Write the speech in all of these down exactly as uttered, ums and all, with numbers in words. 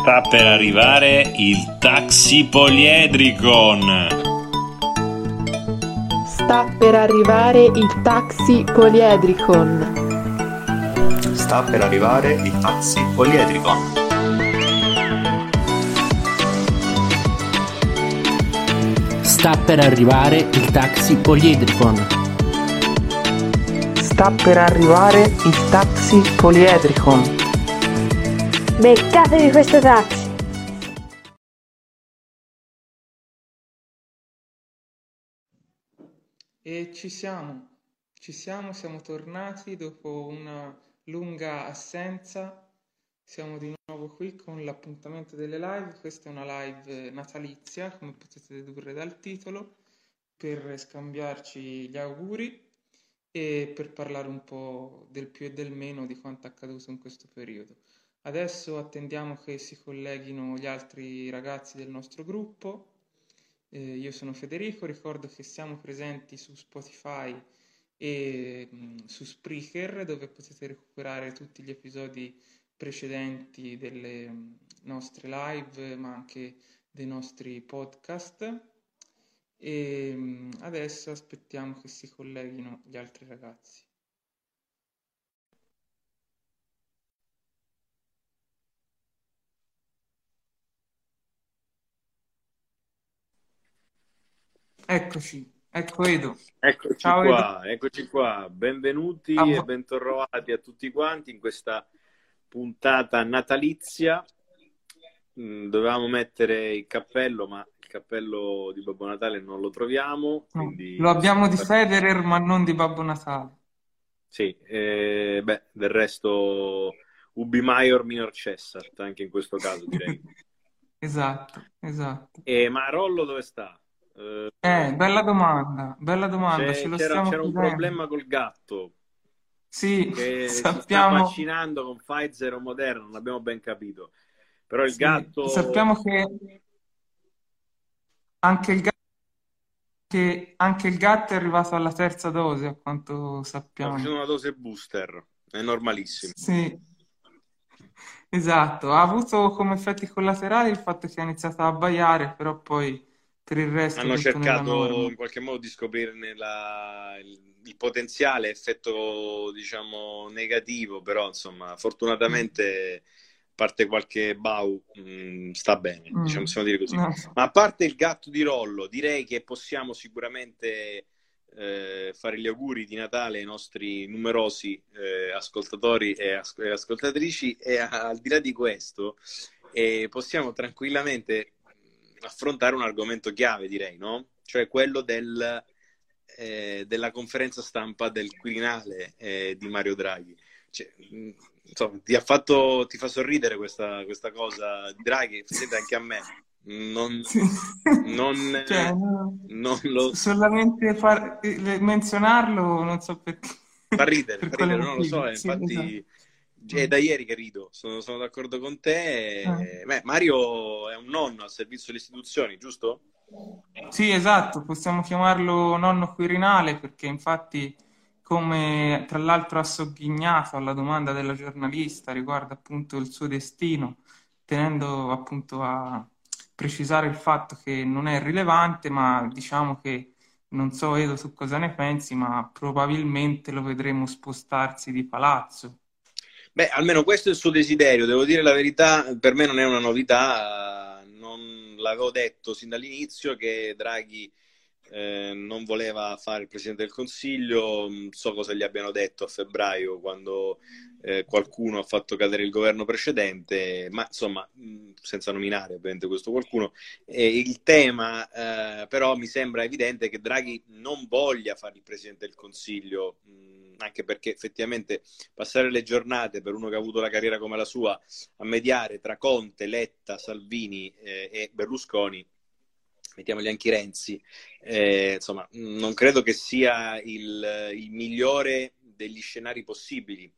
Sta per arrivare il taxi poliedricon. Sta per arrivare il taxi poliedricon. Sta per arrivare il taxi poliedricon. Sta per arrivare il taxi poliedricon. Sta per arrivare il taxi poliedricon. Beccatevi questo taxi! E ci siamo, ci siamo, siamo tornati dopo una lunga assenza, siamo di nuovo qui con l'appuntamento delle live. Questa è una live natalizia, come potete dedurre dal titolo, per scambiarci gli auguri e per parlare un po' del più e del meno di quanto è accaduto in questo periodo. Adesso attendiamo che si colleghino gli altri ragazzi del nostro gruppo. Eh, io sono Federico, ricordo che siamo presenti su Spotify e mh, su Spreaker, dove potete recuperare tutti gli episodi precedenti delle mh, nostre live, ma anche dei nostri podcast. E mh, adesso aspettiamo che si colleghino gli altri ragazzi. Eccoci, ecco Edo. Eccoci Ciao qua, Edo. eccoci qua. Benvenuti Ah, e vo- bentrovati a tutti quanti in questa puntata natalizia. Mm, Dovevamo mettere il cappello, ma il cappello di Babbo Natale non lo troviamo, no, quindi lo abbiamo possiamo di fare... Federer, ma non di Babbo Natale. Sì, eh, beh, del resto ubi maior minor cessat, anche in questo caso direi. Esatto, esatto. E ma Rollo dove sta? Eh, Eh, bella domanda, bella domanda, ce c'è- lo c'era, stiamo c'era un chiedendo. problema col gatto Sì, che si sta sappiamo, vaccinando con Pfizer o Moderna, non abbiamo ben capito. Però il sì, gatto sappiamo che anche il gatto, che anche il gatto è arrivato alla terza dose, a quanto sta sappiamo. facendo una dose booster, è normalissimo. Sì, esatto. Ha avuto come effetti collaterali il fatto che ha iniziato a abbaiare, però poi per il resto Hanno tutto nella cercato norma. in qualche modo di scoprirne la- il, il potenziale effetto, diciamo, negativo, però insomma, Mm, fortunatamente, a parte qualche bau, mh, sta bene, diciamo, mm, possiamo dire così. no, Ma a parte il gatto di Rollo, direi che possiamo sicuramente eh, fare gli auguri di Natale ai nostri numerosi eh, ascoltatori e, as- e ascoltatrici e a- al di là di questo eh, possiamo tranquillamente affrontare un argomento chiave, direi, no? Cioè quello del, eh, della conferenza stampa del Quirinale eh, di Mario Draghi. Cioè, mh, insomma, ti ha fatto, ti fa sorridere questa, questa cosa di Draghi, effettivamente anche a me. Non, sì. non, Cioè, no, non lo solamente far- eh, menzionarlo, non so perché, fa ridere, per fa quale ridere, non lo so, motivo. eh, Sì, esatto. infatti è Mm. da ieri che rido, sono, sono d'accordo con Eh. te. Beh, Mario è un nonno al servizio delle istituzioni, giusto? Sì, esatto, possiamo chiamarlo nonno Quirinale perché infatti, come tra l'altro ha sogghignato alla domanda della giornalista riguardo appunto il suo destino, tenendo appunto a precisare il fatto che non è rilevante, ma diciamo che non so Edo su cosa ne pensi, ma probabilmente lo vedremo spostarsi di palazzo. Beh, almeno questo è il suo desiderio, devo dire la verità, per me non è una novità, non l'avevo detto sin dall'inizio che Draghi eh, non voleva fare il Presidente del Consiglio, non so cosa gli abbiano detto a febbraio quando eh, qualcuno ha fatto cadere il governo precedente, ma insomma, mh, senza nominare ovviamente questo qualcuno, e il tema eh, però mi sembra evidente che Draghi non voglia fare il Presidente del Consiglio, mh, anche perché effettivamente passare le giornate per uno che ha avuto la carriera come la sua a mediare tra Conte, Letta, Salvini eh, e Berlusconi, mettiamoli anche Renzi, eh, insomma, non credo che sia il, il migliore degli scenari possibili.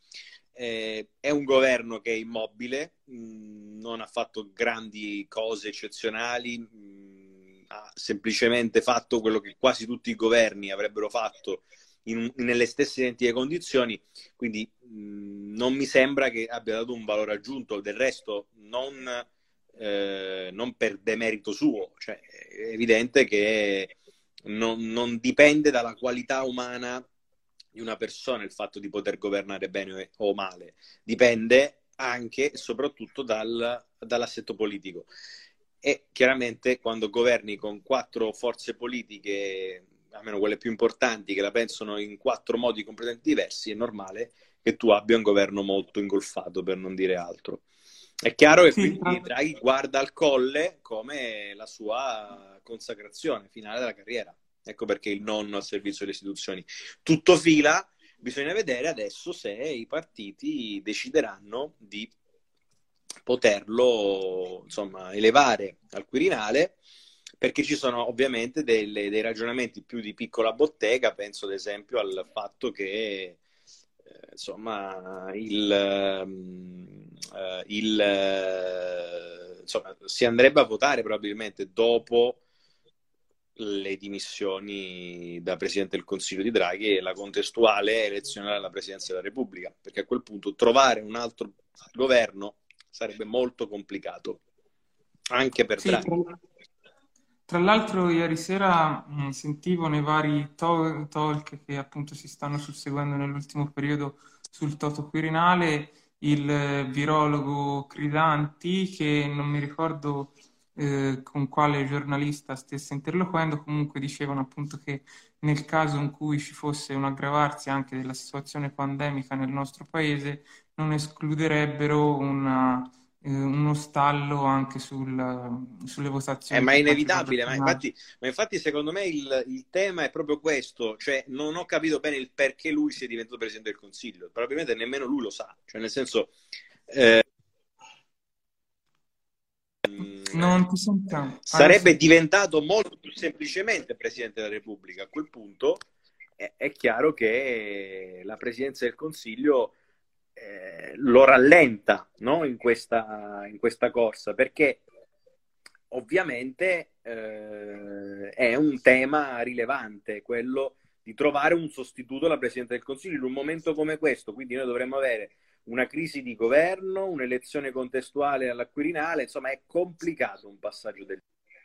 Eh, è un governo che è immobile, mh, non ha fatto grandi cose eccezionali, mh, ha semplicemente fatto quello che quasi tutti i governi avrebbero fatto in, nelle stesse identiche condizioni, quindi mh, non mi sembra che abbia dato un valore aggiunto. Del resto non eh, non per demerito suo, cioè è evidente che non, non dipende dalla qualità umana di una persona il fatto di poter governare bene o male, dipende anche e soprattutto dal, dall'assetto politico. E chiaramente quando governi con quattro forze politiche, almeno quelle più importanti, che la pensano in quattro modi completamente diversi, è normale che tu abbia un governo molto ingolfato, per non dire altro. È chiaro che Sì, quindi Draghi guarda al Colle come la sua consacrazione finale della carriera. Ecco perché il nonno al servizio delle istituzioni. Tutto fila, bisogna vedere adesso se i partiti decideranno di poterlo, insomma, elevare al Quirinale, perché ci sono ovviamente delle, dei ragionamenti più di piccola bottega. Penso ad esempio al fatto che eh, insomma il, eh, il eh, insomma, si andrebbe a votare probabilmente dopo le dimissioni da Presidente del Consiglio di Draghi e la contestuale elezione alla Presidenza della Repubblica, perché a quel punto trovare un altro governo sarebbe molto complicato anche per sì, Draghi. tra, tra l'altro ieri sera mh, sentivo nei vari to- talk che appunto si stanno susseguendo nell'ultimo periodo sul Toto Quirinale il eh, virologo Crisanti, che non mi ricordo eh, con quale giornalista stesse interloquendo, comunque dicevano appunto che nel caso in cui ci fosse un aggravarsi anche della situazione pandemica nel nostro paese, non escluderebbero una, eh, uno stallo anche sul, sulle Eh, votazioni ma è per quanto riguarda il inevitabile, ma formaggio. infatti, ma infatti secondo me il, il tema è proprio questo, cioè non ho capito bene il perché lui sia diventato Presidente del Consiglio, probabilmente nemmeno lui lo sa, cioè nel senso eh, Non ti sentiamo. sarebbe Adesso diventato molto più semplicemente Presidente della Repubblica. A quel punto è, è chiaro che la Presidenza del Consiglio eh, lo rallenta, no? in, questa, in questa corsa, perché ovviamente eh, è un tema rilevante quello di trovare un sostituto alla Presidente del Consiglio in un momento come questo. Quindi noi dovremmo avere una crisi di governo, un'elezione contestuale alla Quirinale, insomma è complicato un passaggio del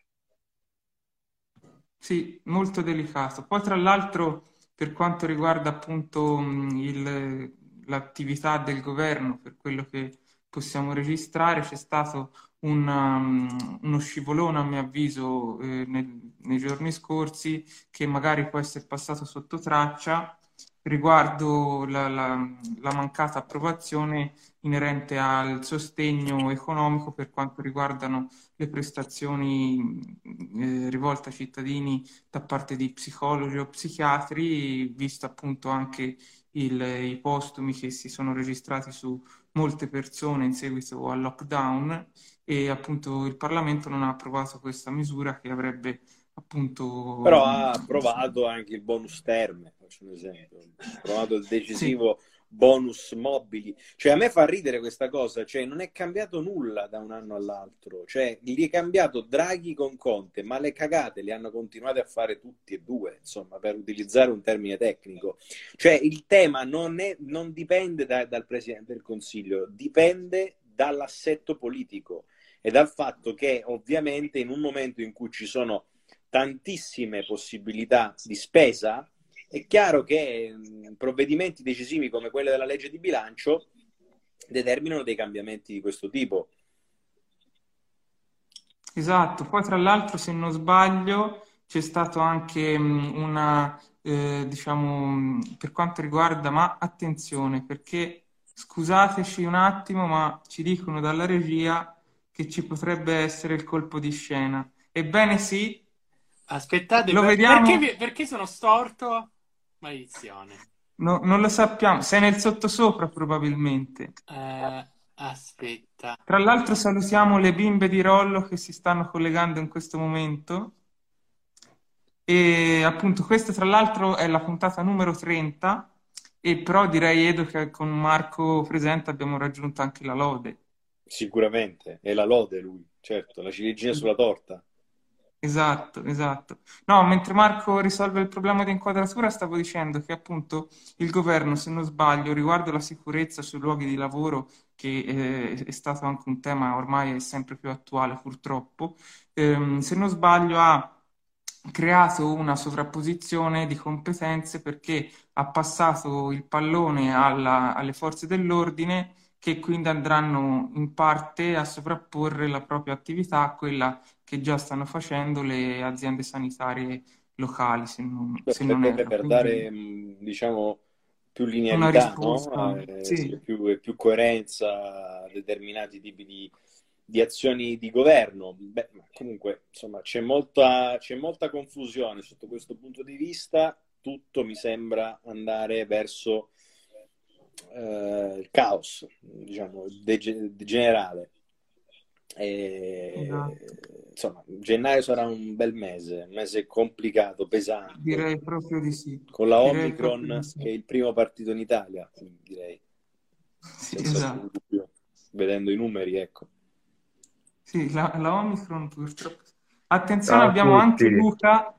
Sì, molto delicato. Poi tra l'altro per quanto riguarda appunto mh, il- l'attività del governo, per quello che possiamo registrare, c'è stato un, um, uno scivolone a mio avviso eh, nel- nei giorni scorsi che magari può essere passato sotto traccia riguardo la, la- la mancata approvazione inerente al sostegno economico per quanto riguardano le prestazioni eh, rivolte ai cittadini da parte di psicologi o psichiatri, visto appunto anche il- i postumi che si sono registrati su molte persone in seguito al lockdown, e appunto il Parlamento non ha approvato questa misura che avrebbe appunto Però mh, ha approvato anche il bonus terme, faccio un esempio, ha approvato il sì, decisivo bonus mobili. Cioè a me fa ridere questa cosa, cioè non è cambiato nulla da un anno all'altro, cioè gli è cambiato Draghi con Conte, ma le cagate le hanno continuate a fare tutti e due, insomma, per utilizzare un termine tecnico. Cioè il tema non, è, non dipende da- dal Presidente del Consiglio, dipende dall'assetto politico e dal fatto che ovviamente in un momento in cui ci sono tantissime possibilità di spesa, è chiaro che mh, provvedimenti decisivi come quelli della legge di bilancio determinano dei cambiamenti di questo tipo. esatto. Poi tra l'altro, se non sbaglio, c'è stato anche mh, una, eh, diciamo, mh, per quanto riguarda, ma attenzione, perché scusateci un attimo, ma ci dicono dalla regia che ci potrebbe essere il colpo di scena. Ebbene sì, Aspettate, lo per- vediamo, perché, vi- perché sono storto? Maledizione. no- non lo sappiamo, sei nel sottosopra probabilmente. Eh, aspetta. Tra l'altro salutiamo le bimbe di Rollo che si stanno collegando in questo momento. E appunto questa tra l'altro è la puntata numero trenta, e però direi Edo che con Marco presente abbiamo raggiunto anche la lode. Sicuramente, è la lode lui, certo, la ciliegina sulla torta. Esatto, esatto. No, mentre Marco risolve il problema di inquadratura, stavo dicendo che appunto il governo, se non sbaglio, riguardo la sicurezza sui luoghi di lavoro che eh, è stato anche un tema ormai sempre più attuale purtroppo, ehm, se non sbaglio ha creato una sovrapposizione di competenze perché ha passato il pallone alla- alle forze dell'ordine che quindi andranno in parte a sovrapporre la propria attività a quella che già stanno facendo le aziende sanitarie locali, se non, se non Per, erro. per Quindi dare, mh, diciamo, più una linearità, no? risposta, Eh, sì, sì, e più, e più coerenza a determinati tipi di, di azioni di governo. Beh, ma comunque, insomma, c'è molta, c'è molta confusione sotto questo punto di vista. Tutto mi sembra andare verso eh, il caos, diciamo, dege- generale. E, esatto. insomma, gennaio sarà un bel mese, un mese complicato, pesante, Direi proprio di sì. con la Direi proprio Omicron di sì. che è il primo partito in Italia, quindi direi, Sì, senza esatto. alcun dubbio, vedendo i numeri, ecco. Sì, la, la Omicron purtroppo. Attenzione, Ciao a abbiamo anche tutti, Luca.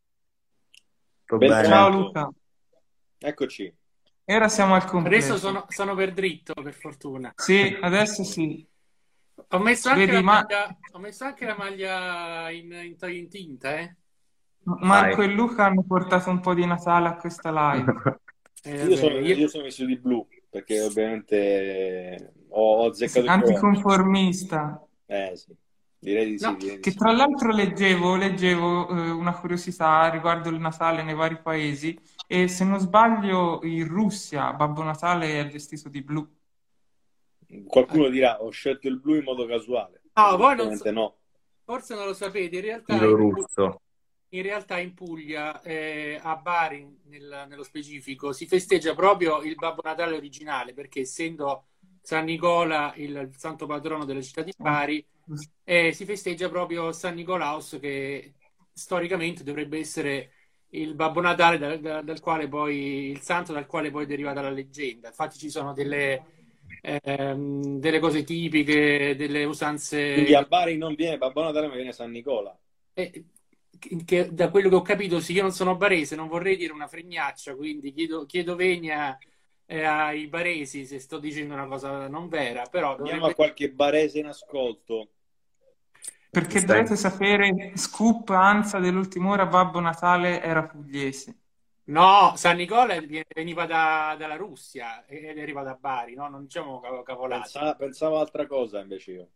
tutto Ben bene? Ciao trovato. Luca. Eccoci. E ora siamo al Adesso completo. sono, sono per dritto, per fortuna. Sì, adesso sì. Ho messo anche Vedi, la ma maglia, ho messo anche la maglia in, in, in tinta, eh? Marco Dai. e Luca hanno portato un po' di Natale a questa live. Eh, Io vabbè, sono, io- io sono messo di blu, perché ovviamente ho, ho Sì, azzeccato il colore. anticonformista. Eh sì, direi di sì, no, direi di Che sì. tra l'altro leggevo, leggevo eh, una curiosità riguardo il Natale nei vari paesi e se non sbaglio in Russia Babbo Natale è vestito di blu. Qualcuno dirà, ho scelto il blu in modo casuale. no, voi non so- Evidentemente no. forse non lo sapete, in realtà Filo in, Pu- russo. in realtà in Puglia, eh, a Bari nel- nello specifico, si festeggia proprio il Babbo Natale originale, perché essendo San Nicola il, il santo patrono della città di Bari, eh, si festeggia proprio San Nicolaus, che storicamente dovrebbe essere il Babbo Natale dal, da- dal quale poi il santo dal quale poi deriva dalla leggenda. Infatti ci sono delle, ehm, delle cose tipiche, delle Quindi usanze a Bari non viene Babbo Natale, ma viene San Nicola. eh, che, che da quello che ho capito, sì, io non sono barese, non vorrei dire una fregnaccia, quindi chiedo, chiedo venia eh, ai baresi se sto dicendo una cosa non vera, però Andiamo a dovrebbe... qualche barese in ascolto. Perché Stai- dovete sapere, scoop ansia dell'ultima ora, Babbo Natale era pugliese. No, San Nicola viene- veniva da- dalla Russia ed arriva da Bari, no? Non diciamo cav- cavolate. Pensa- pensavo altra cosa invece io.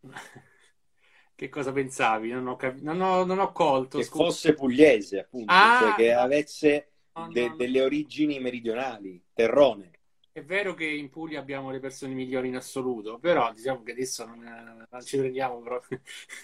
Che cosa pensavi? Non ho, cap- non ho, non ho colto, Che scusa. fosse pugliese, appunto, Ah, cioè che no, avesse no, de- no, no. delle origini meridionali, terrone. È vero che in Puglia abbiamo le persone migliori in assoluto, però diciamo che adesso non, non ci prendiamo proprio.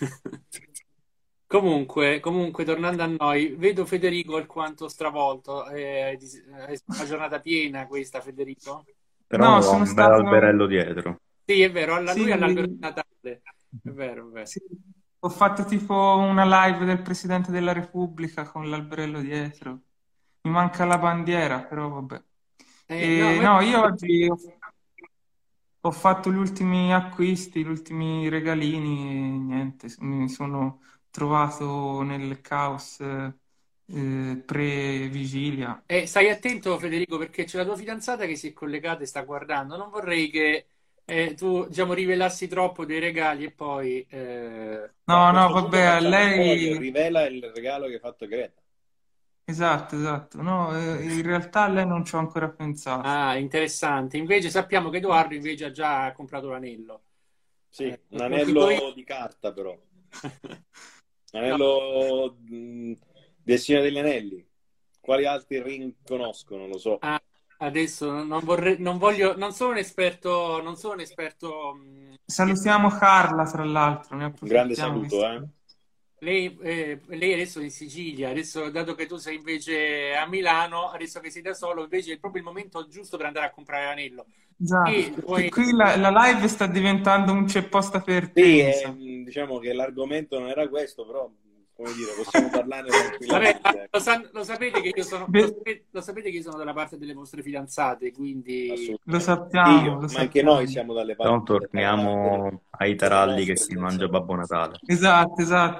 Comunque, comunque, tornando a noi, vedo Federico alquanto stravolto. È, è una giornata piena questa, Federico? Però No, ho sono un bel stato... alberello dietro. Sì, è vero, alla- lui Sì, ha l'albero di Natale. È vero, è vero. sì. Ho fatto tipo una live del Presidente della Repubblica con l'alberello dietro. Mi manca la bandiera, però vabbè. Eh, no, E ma- no, io oggi ho, ho fatto gli ultimi acquisti, gli ultimi regalini e niente, mi sono trovato nel caos eh, pre-vigilia. eh, stai attento, Federico, perché c'è la tua fidanzata che si è collegata e sta guardando. Non vorrei che eh, tu, diciamo, rivelassi troppo dei regali e poi... eh, No, A no, questo punto vabbè, a facciamo un po' che lei... rivela il regalo che ha fatto Greta. Esatto, esatto. No, eh, in realtà a lei non ci ho ancora pensato. Ah, interessante. Invece sappiamo che Edoardo invece ha già comprato l'anello. Sì, Eh, un lo dico io. anello di carta però. Un anello mh, del Signore degli Anelli. Quali altri ring conosco? Non lo so. Ah, adesso non vorrei, non voglio, non sono un esperto, non sono un esperto. mh, Salutiamo Carla, tra l'altro, ne Un grande approfittiamo. saluto, eh. Lei, eh, lei adesso è in Sicilia, adesso dato che tu sei invece a Milano, adesso che sei da solo, invece è proprio il momento giusto per andare a comprare l'anello. Esatto. Sì, Che poi- qui la, la live sta diventando un c'è posta per Sì, tensa. eh, mh, diciamo che l'argomento non era questo, però, come dire, possiamo parlarne Vabbè, tranquillamente. lo, sa- lo sapete che io sono, Beh- lo, sapete, lo sapete che io sono dalla parte delle vostre fidanzate, quindi Assolutamente. Lo sappiamo, Io, lo ma anche sappiamo. noi siamo dalle parti. Però torniamo ai taralli che si nostre mangia Babbo Natale. Esatto, esatto.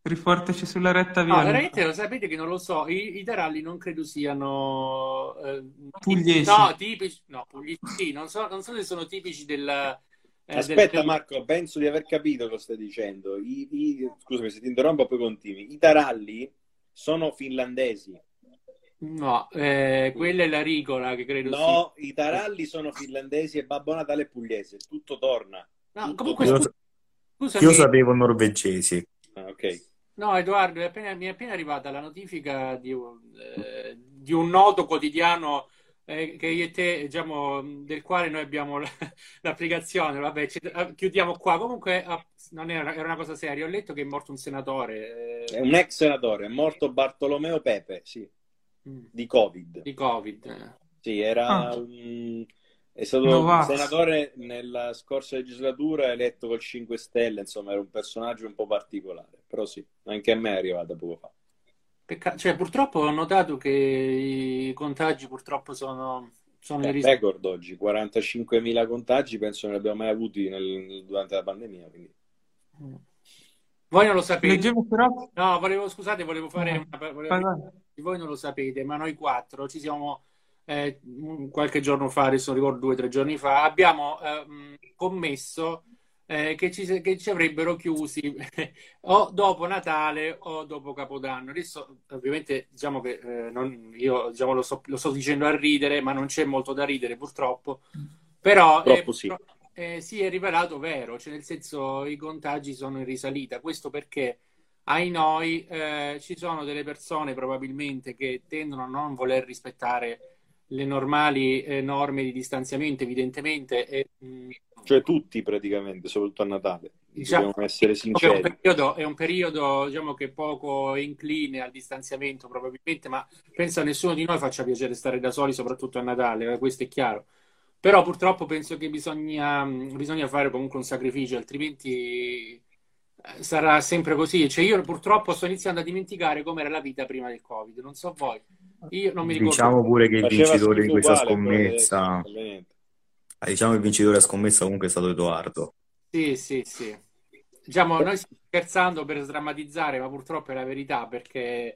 riportaci sulla retta No, via, veramente Luca. lo sapete che non lo so. I, i taralli non credo siano eh, Pugliesi. no, tipici, no, pugliesi, sì, non so, non so se sono tipici del, eh, Aspetta del- Marco, penso di aver capito cosa stai dicendo. I, i- scusami se ti interrompo, poi continui. I taralli sono finlandesi. no, eh, quella è la ricola che credo sia. No, i taralli sono finlandesi e Babbo Natale è pugliese. Tutto torna. No, Tutto comunque Io, torna. scu- io scusami, sapevo norvegesi. Ah, ok. no, Edoardo, è appena- mi è appena arrivata la notifica di un, eh, di un noto quotidiano eh, che io e te, diciamo, del quale noi abbiamo l- l'applicazione. Vabbè, ci- eh, chiudiamo qua. Comunque, ah, non era, era una cosa seria. Ho letto che è morto un senatore È eh, un ex senatore, è morto Bartolomeo Pepe, sì, mm, di Covid. di Covid. Sì, era Ah, un... è stato Novax. senatore nella scorsa legislatura, eletto col cinque Stelle, insomma, era un personaggio un po' particolare, però sì, anche a me è arrivata poco fa. Pecca- cioè, purtroppo ho notato che i contagi purtroppo sono, sono in È risalita. record oggi, quarantacinquemila contagi, penso non ne abbiamo mai avuti nel- durante la pandemia, quindi... Voi non lo sapete. leggevo però... No, volevo, scusate, volevo fare Eh, una... volevo- vai, vai. Voi non lo sapete, ma noi quattro ci siamo eh, mh, qualche giorno fa, adesso non ricordo due o tre giorni fa, abbiamo eh, mh, commesso eh, che, ci, che ci avrebbero chiusi o dopo Natale o dopo Capodanno. Adesso ovviamente diciamo che eh, non- io diciamo, lo, sto, lo sto dicendo a ridere, ma non c'è molto da ridere purtroppo. Però eh, Troppo sì. purtro- eh, si è rivelato vero, cioè nel senso i contagi sono in risalita. Questo perché ai noi eh, ci sono delle persone probabilmente che tendono a non voler rispettare le normali eh, norme di distanziamento, evidentemente, e, mh, Cioè tutti praticamente, soprattutto a Natale, diciamo dobbiamo essere che è un sinceri. periodo, è un periodo diciamo, che è poco incline al distanziamento probabilmente, ma penso a nessuno di noi faccia piacere stare da soli, soprattutto a Natale, eh, questo è chiaro. Però purtroppo penso che bisogna, bisogna fare comunque un sacrificio, altrimenti eh, sarà sempre così. Cioè io purtroppo sto iniziando a dimenticare com'era la vita prima del Covid, non so voi. Io non mi ricordo. Diciamo pure che il Faceva vincitore di schifo questa uguale a quello di adesso, scommessa, non cambia niente. ah, diciamo il vincitore a scommessa comunque è stato Edoardo. Sì, sì, sì. Diciamo, noi stiamo scherzando per sdrammatizzare, ma purtroppo è la verità, perché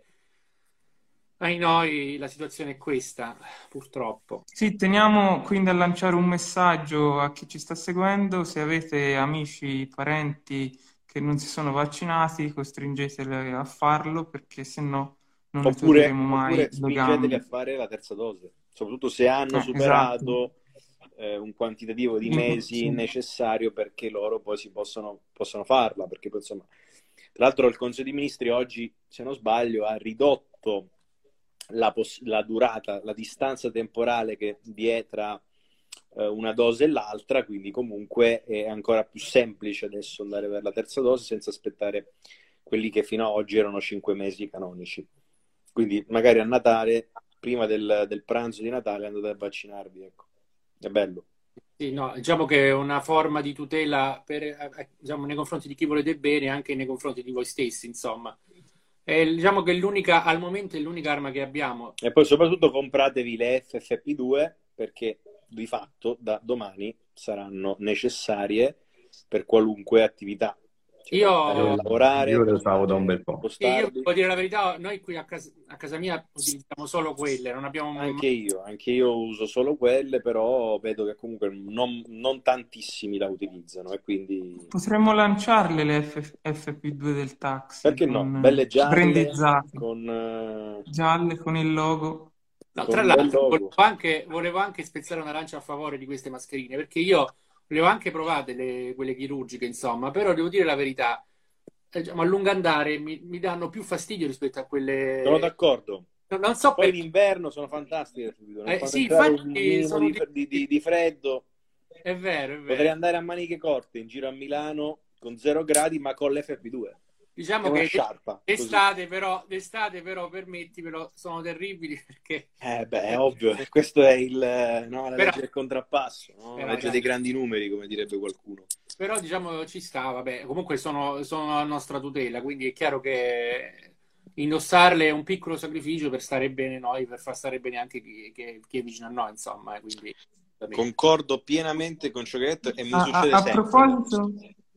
ai noi la situazione è questa, purtroppo. Sì, teniamo quindi a lanciare un messaggio a chi ci sta seguendo. Se avete amici, parenti che non si sono vaccinati, costringeteli a farlo perché se no non ne Oppure, toglieremo mai oppure le spingeteli a gambe. fare la terza dose, soprattutto se hanno Eh, superato eh, un quantitativo di Mm, mesi sì. necessario perché loro poi si possono, possono farla. Perché poi, insomma, tra l'altro il Consiglio dei Ministri oggi, se non sbaglio, ha ridotto la, poss- la durata, la distanza temporale che vi è tra eh, una dose e l'altra, quindi comunque è ancora più semplice adesso andare per la terza dose senza aspettare quelli che fino ad oggi erano cinque mesi canonici. Quindi magari a Natale, prima del, del pranzo di Natale, andate a vaccinarvi, ecco. È bello. Sì, no, diciamo che è una forma di tutela per, eh, diciamo, nei confronti di chi volete bene, anche nei confronti di voi stessi, insomma. E diciamo che l'unica, al momento è l'unica arma che abbiamo. E poi soprattutto compratevi le F F P due perché di fatto da domani saranno necessarie per qualunque attività. Cioè, Io- per andare a lavorare, Io le per usavo da un bel po'. Sì, io spostarvi. devo dire la verità, noi qui a casa, a casa mia utilizziamo solo quelle, non abbiamo Anche io, anche io uso solo quelle, però vedo che comunque non, non tantissimi la utilizzano e quindi Potremmo lanciarle le F- F P due del taxi perché no? con, Belle gialle brandizzate, con, eh, gialle con il logo. No, con tra un bel l'altro, logo. volevo anche, volevo anche spezzare una lancia a favore di queste mascherine, perché io le ho anche provate, le- quelle chirurgiche, insomma, però devo dire la verità, eh, diciamo, a lungo andare mi, mi danno più fastidio rispetto a quelle... Sono d'accordo. Non non so Poi in perché... inverno sono fantastiche, non Eh, fanno sì, entrare infatti un minimo sono di, di- di- di- di freddo. È vero, è Potrei vero. andare a maniche corte in giro a Milano con zero gradi, ma con l'F P due. Diciamo È una che sciarpa. così. d'estate però, d'estate però, permettimelo, sono terribili perché... Eh beh, è ovvio, questo è il, no, la Però- legge del contrappasso, no? La Però, legge dai. dei grandi numeri, come direbbe qualcuno. Però diciamo ci sta, vabbè, comunque sono, sono a nostra tutela, quindi è chiaro che indossarle è un piccolo sacrificio per stare bene noi, per far stare bene anche chi, chi- chi è vicino a noi, insomma, eh, quindi... Concordo pienamente con ciò che hai detto e mi A, a- succede a sempre. proposito,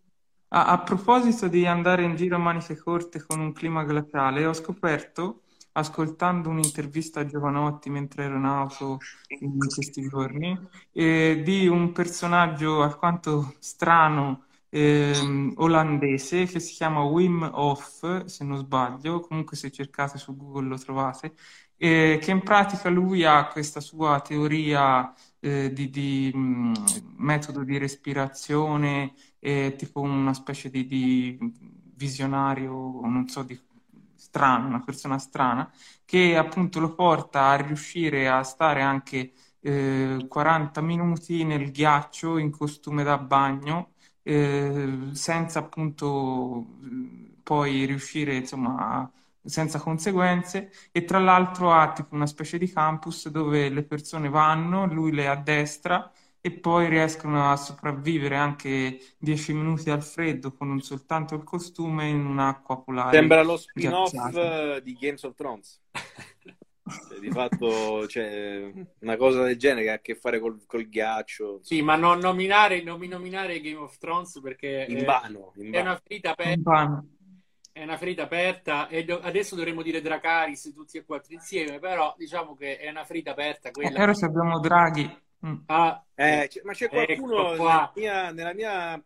A, a proposito di andare in giro a maniche corte con un clima glaciale, ho scoperto, ascoltando un'intervista a Giovanotti mentre ero in auto in questi giorni, eh, di un personaggio alquanto strano, ehm, olandese, che si chiama Wim Hof, se non sbaglio, comunque se cercate su Google lo trovate, eh, che in pratica lui ha questa sua teoria eh, di, di, mh, metodo di respirazione, è tipo una specie di, di visionario, non so, di strano, una persona strana, che appunto lo porta a riuscire a stare anche eh, quaranta minuti nel ghiaccio in costume da bagno, eh, senza appunto eh, poi riuscire, insomma, a- senza conseguenze. E tra l'altro ha tipo una specie di campus dove le persone vanno, lui le addestra e poi riescono a sopravvivere anche dieci minuti al freddo con un soltanto il costume in un'acqua polare Sembra lo spin-off ghiacciata. eh, di Games of Thrones. Cioè, di fatto, cioè, una cosa del genere che ha a che fare col, col ghiaccio, Sì, insomma, ma non nominare, non mi nominare Game of Thrones perché in eh, vano, in è una vano. ferita Un aperta, panno. è una ferita aperta e do- adesso dovremmo dire Dracarys tutti e quattro insieme, però diciamo che è una ferita aperta E quella. ora ci abbiamo Draghi. Mm. Ah, Eh, c'è- ma c'è ecco qualcuno nella qua. mia, nella mia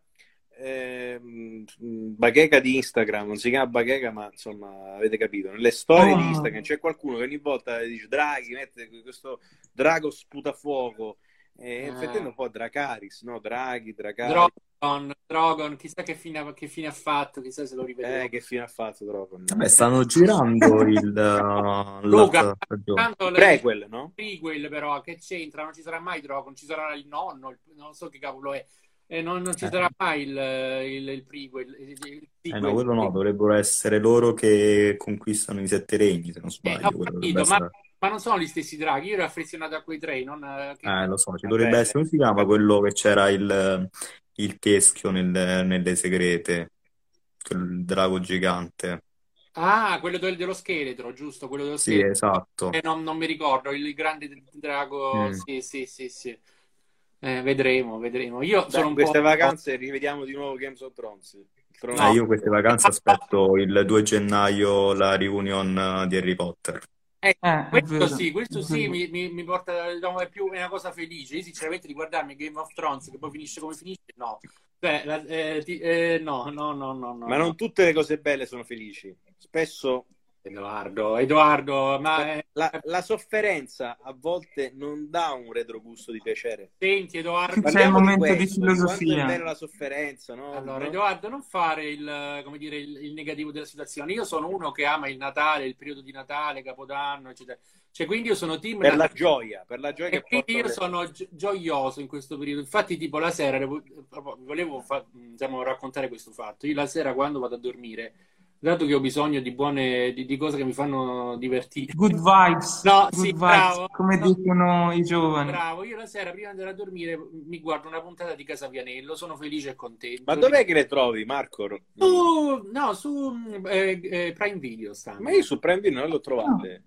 ehm, bacheca di Instagram, non si chiama bacheca, ma insomma, avete capito, nelle storie di Oh, Instagram c'è qualcuno che ogni volta dice Draghi, mette questo drago sputafuoco, e effettivamente Eh, un po' Dracaris, no? Draghi, Dracaris, Drogon, Drogon, chissà che fine, ha- che fine ha fatto, chissà se lo eh, rivedremo. che fine ha fatto Drogon? Vabbè, stanno girando il, uh, Luca, l'altra stagione. tanto il Prequel, no? prequel però, che c'entra? Non ci sarà mai Drogon, ci sarà il nonno, il- non so che cavolo è. E non, non ci Eh. sarà mai il, il, il prequel. Il, il Eh no, sequel. quello no, dovrebbero essere loro che conquistano i sette regni, se non Eh, sbaglio. ho Quello dovrebbe capito, ma, essere... ma non sono gli stessi draghi. Io ero affezionato a quei tre. Non, eh, che- Eh, lo so, ci Va dovrebbe bene. essere, come si chiama quello che c'era il, il teschio nel- nelle segrete, quel drago gigante. Ah, quello del- dello scheletro, giusto? Quello dello Sì, scheletro. esatto. Eh, non, non mi ricordo, il grande drago. Mm. Sì, sì, sì, sì. Eh, vedremo, vedremo. Io Beh, sono un queste po'. vacanze rivediamo di nuovo Games of Thrones. Trono Eh, No. io queste vacanze aspetto il due gennaio la reunion eh, di Harry Potter. Eh, Eh, è questo vero, sì, questo è sì vero. mi, mi, mi porta, diciamo, è più è una cosa felice. Io sinceramente di guardarmi Game of Thrones che poi finisce come finisce, no. Cioè, la- eh, ti- eh, no, no, no, no, no, Ma no. non tutte le cose belle sono felici. Spesso Edoardo, Edoardo, ma eh, la, la sofferenza a volte non dà un retrogusto di piacere. senti Edoardo, Qui c'è il Parliamo di momento di questo, di quanto è filosofia. bella la sofferenza, no? allora No? Edoardo, non fare il, come dire, il, il negativo della situazione. Io sono uno che ama il Natale, il periodo di Natale, Capodanno, eccetera. Cioè, quindi io sono team Per la Natale. gioia, per la gioia E che quindi porta io sono gi- gioioso in questo periodo. Infatti, tipo la sera, devo- volevo fa- diciamo, raccontare questo fatto. Io la sera quando vado a dormire, dato che ho bisogno di buone di, di cose che mi fanno divertire. Good vibes, No, good sì, vibes, bravo. come No, dicono i giovani. bravo. Io la sera prima di andare a dormire mi guardo una puntata di Casapianello, sono felice e Ma contento. dov'è che le trovi, Marco? Su, no, su eh, eh, Prime Video stanno. Ma io su Prime Video non le ho trovate.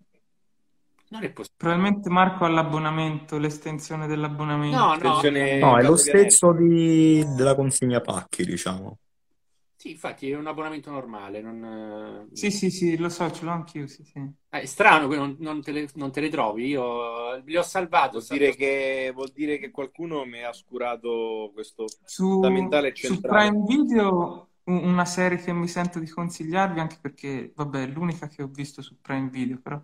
Non è possibile. Probabilmente Marco ha l'abbonamento, l'estensione dell'abbonamento. No, no. Attenzione, No, è lo Casapianello. stesso di- della consegna pacchi, diciamo. Sì, infatti è un abbonamento normale. Non, Sì, sì, sì, lo so, ce l'ho anch'io, sì, sì. eh, è strano che non, non te le, non te le trovi. Io li ho salvato. Vuol dire che, vuol dire che qualcuno mi ha oscurato questo Su, fondamentale e su centrale. Prime Video un- una serie che mi sento di consigliarvi, anche perché, vabbè, è l'unica che ho visto su Prime Video, però,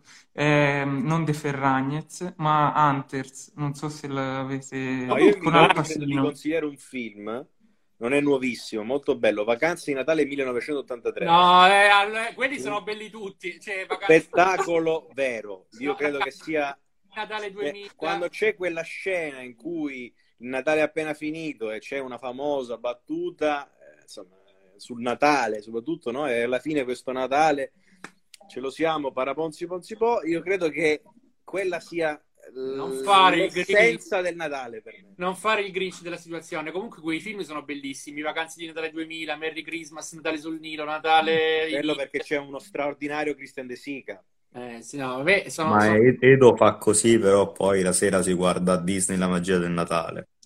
è non De Ferragnez, ma Hunters, non so se l'avete, No, io vi con Al consiglio di Pacino. consigliare un film, non è nuovissimo, molto bello, Vacanze di Natale millenovecentottantatré. No, eh, al- quelli sono belli tutti. Cioè, vacanze- Spettacolo vero. Io No, credo che sia Natale eh, duemila. quando c'è quella scena in cui il Natale è appena finito e c'è una famosa battuta, eh, insomma, sul Natale, soprattutto, no? E alla fine questo Natale ce lo siamo, paraponzi ponzi po', io credo che quella sia Non fare il l'essenza del Natale per me. Non fare il Grinch della situazione. Comunque quei film sono bellissimi. Vacanze di Natale duemila, Merry Christmas, Natale sul Nilo, Natale... Bello perché c'è uno straordinario Christian De Sica. Eh, sì, no, vabbè, sono, Ma sono- Ed- Edo fa così, però poi la sera si guarda a Disney La magia del Natale.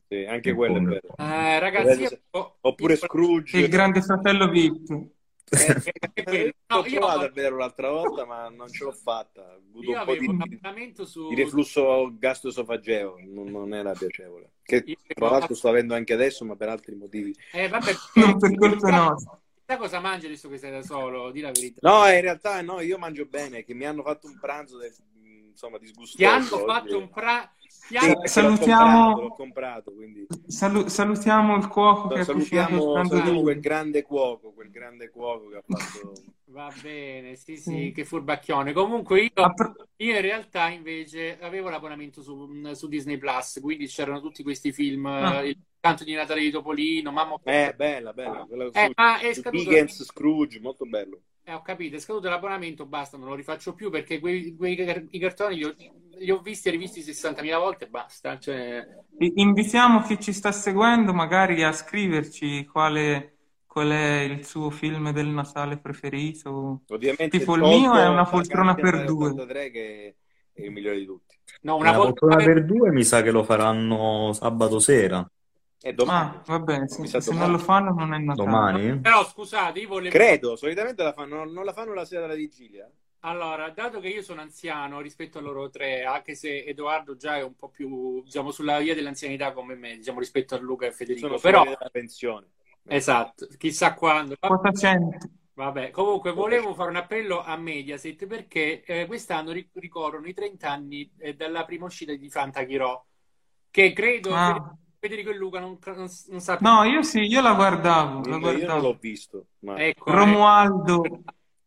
Sì, anche Il quello è pugno. bello. Eh, ragazzi, io, io- Oppure Scrooge. Il grande fratello V I P. eh, è quello. No, Ho provato a io, vederlo l'altra volta, ma non ce l'ho fatta. Ho avuto io un po' avevo un di, abbonamento su... di reflusso gastroesofageo, non, non era piacevole. Che io tra avevo- l'altro sto avendo anche adesso, ma per altri motivi. Eh, vabbè, Non per colpa nostra. chissà cosa mangi adesso che sei da solo, di la verità. No, in realtà no, io mangio bene, che mi hanno fatto un pranzo del- insomma disgustoso. Ti hanno oggi. fatto un pra... ti Sì, hanno- perché Salutiamo- l'ho comprato, l'ho comprato, quindi Salu- salutiamo il cuoco che ha cucinato il salutiamo, pranzo salutiamo di quel grande cuoco, quel grande cuoco che ha fatto. Va bene, sì, sì, Sì. che furbacchione. Comunque io, Ah, per- io in realtà invece avevo l'abbonamento su, su Disney Plus, quindi c'erano tutti questi film, Ah. eh, Il canto di Natale di Topolino, Mamma... Eh, bella, bella. Quella Eh, su- ma è su scaduto... Dickens, Scrooge, molto bello. Eh, ho capito, è scaduto l'abbonamento, basta, non lo rifaccio più perché quei, quei car- i cartoni li ho, li ho visti e rivisti sessantamila volte e basta. Cioè... I- Invitiamo chi ci sta seguendo magari a scriverci quale, qual è il suo film del Natale preferito. Ovviamente Tipo il tolto mio è Una Vacanze poltrona per nel due. ottantatré, che è il migliore di tutti. No, una Una volta poltrona per due mi sa che lo faranno sabato sera. È domani. Ah, va bene, se, Mi sa se domani. non lo fanno non è Natale. Domani? Però scusate, io volevo... Credo, solitamente la fanno, non la fanno la sera della vigilia. Allora, dato che io sono anziano rispetto a loro tre, anche se Edoardo già è un po' più, diciamo, sulla via dell'anzianità come me, diciamo, rispetto a Luca e Federico, Sono però, fuori dalla pensione. esatto, chissà quando. Quota cento. Vabbè, comunque volevo fare un appello a Mediaset perché eh, quest'anno ric- ricorrono i trenta anni eh, dalla prima uscita di Fantachirò, che credo Ah. Federico e Luca non, non, non sappiano. No, io sì, io la guardavo, la Io non guardavo. l'ho visto. Ma... Ecco, eh, Romualdo,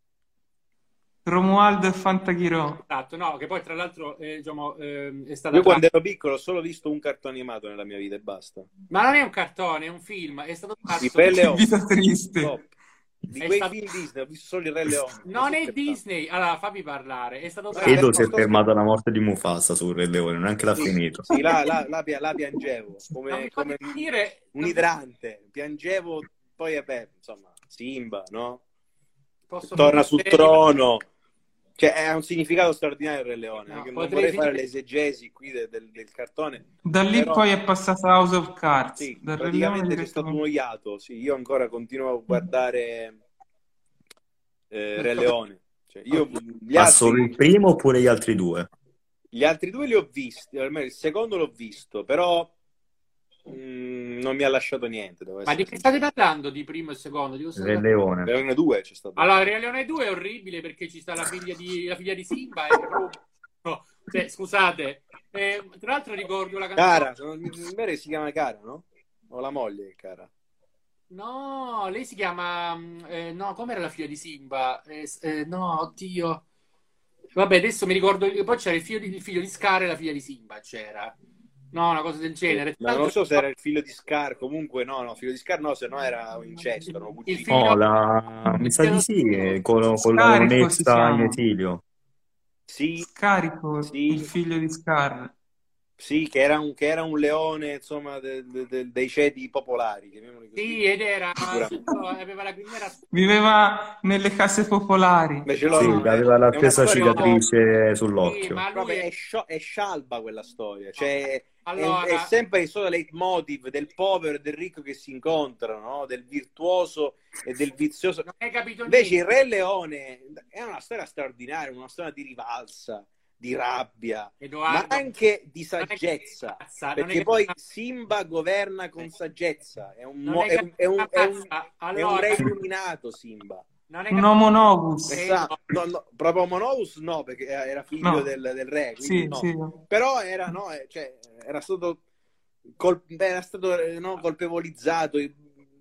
Romualdo e Fantachirò. esatto, no, che poi tra l'altro eh, diciamo, ehm, è stata Io quando tratta- ero piccolo ho solo visto un cartone animato nella mia vita e basta. Ma non è un cartone, è un film, è stato fatto... Il Re Che Leone. vita triste. Top. Di È quei stato- film Disney ho visto solo il Re Leone. Non è so che Disney, allora fammi parlare, è stato Ma tratto... Edo si è sto fermato alla morte di Mufasa sul Re Leone, neanche l'ha Sì, finito. sì, là, là, là, pia- là piangevo Non come, mi come fate finire... un idrante. Piangevo, poi vabbè, insomma, Simba, no? Posso Torna sul potrei- trono. Cioè, ha un significato straordinario il Re Leone. No, che non potrei vorrei fare finire- l'esegesi qui del, del- del cartone. Da lì Però- poi è passata House of Cards. Sì, Dal Re praticamente Leone c'è stato uno direttamente- iato. Sì, io ancora continuo a guardare eh, Re Leone. Cioè, io, gli, Ma solo il altri, primo oppure gli altri due? gli altri due li ho visti, almeno il secondo l'ho visto, però mm, non mi ha lasciato niente. Devo Ma essere di che sincero. state parlando di primo e secondo? Di cosa Re state- Leone. Leone due c'è stato. Allora, Re Leone due è orribile perché ci sta la figlia di, la figlia di Simba e no, cioè, scusate. Eh, tra l'altro ricordo la canzone... Cara, se non mi mi pare si chiama Cara, no? O la moglie è Cara. No, lei si chiama... mm, eh, no, com'era la figlia di Simba? Eh, s- eh, no, oddio. Vabbè, adesso mi ricordo... Poi c'era il figlio di, il figlio di Scar e la figlia di Simba, c'era. No, una cosa del genere. Tra Ma non l'altro- so se era il figlio di Scar, comunque no, no, figlio di Scar no, se no era un incesto, erano Il cugini. figlio- Oh, la... mi sa di sì, eh, con, con la Scarico si leonessa in chiama. esilio. Sì, Scarico, Sì. il figlio di Scar. sì, che era un, che era un leone, insomma, de- de- de- dei ceti popolari, chiamiamoli così. Sì, ed era... Sicuramente. aveva la criniera... Viveva nelle case popolari. Invece Sì, loro, che aveva la è una stessa storia- cicatrice Sì, sull'occhio. ma lui Vabbè, è... è, scio- è scialba quella storia, cioè è- Allora- è, sempre il solo leitmotiv del povero e del ricco che si incontrano, no? Del virtuoso e del vizioso. Non hai capito Invece il niente. Re Leone è una storia straordinaria, una storia di rivalsa, di rabbia, Edoardo, ma anche di non è che- saggezza, cazza, non è perché che- poi Simba governa con saggezza, è un, Non mo- è è che- un, è un- è un- cazza, è un allora- re illuminato Simba. non hai Un capito- homo novus. Eh, Esatto. No, no, proprio Monous no, perché era figlio No. del, del re, quindi Sì, no. sì. Però era, no, eh, cioè, era stato, col- era stato eh, no, colpevolizzato eh,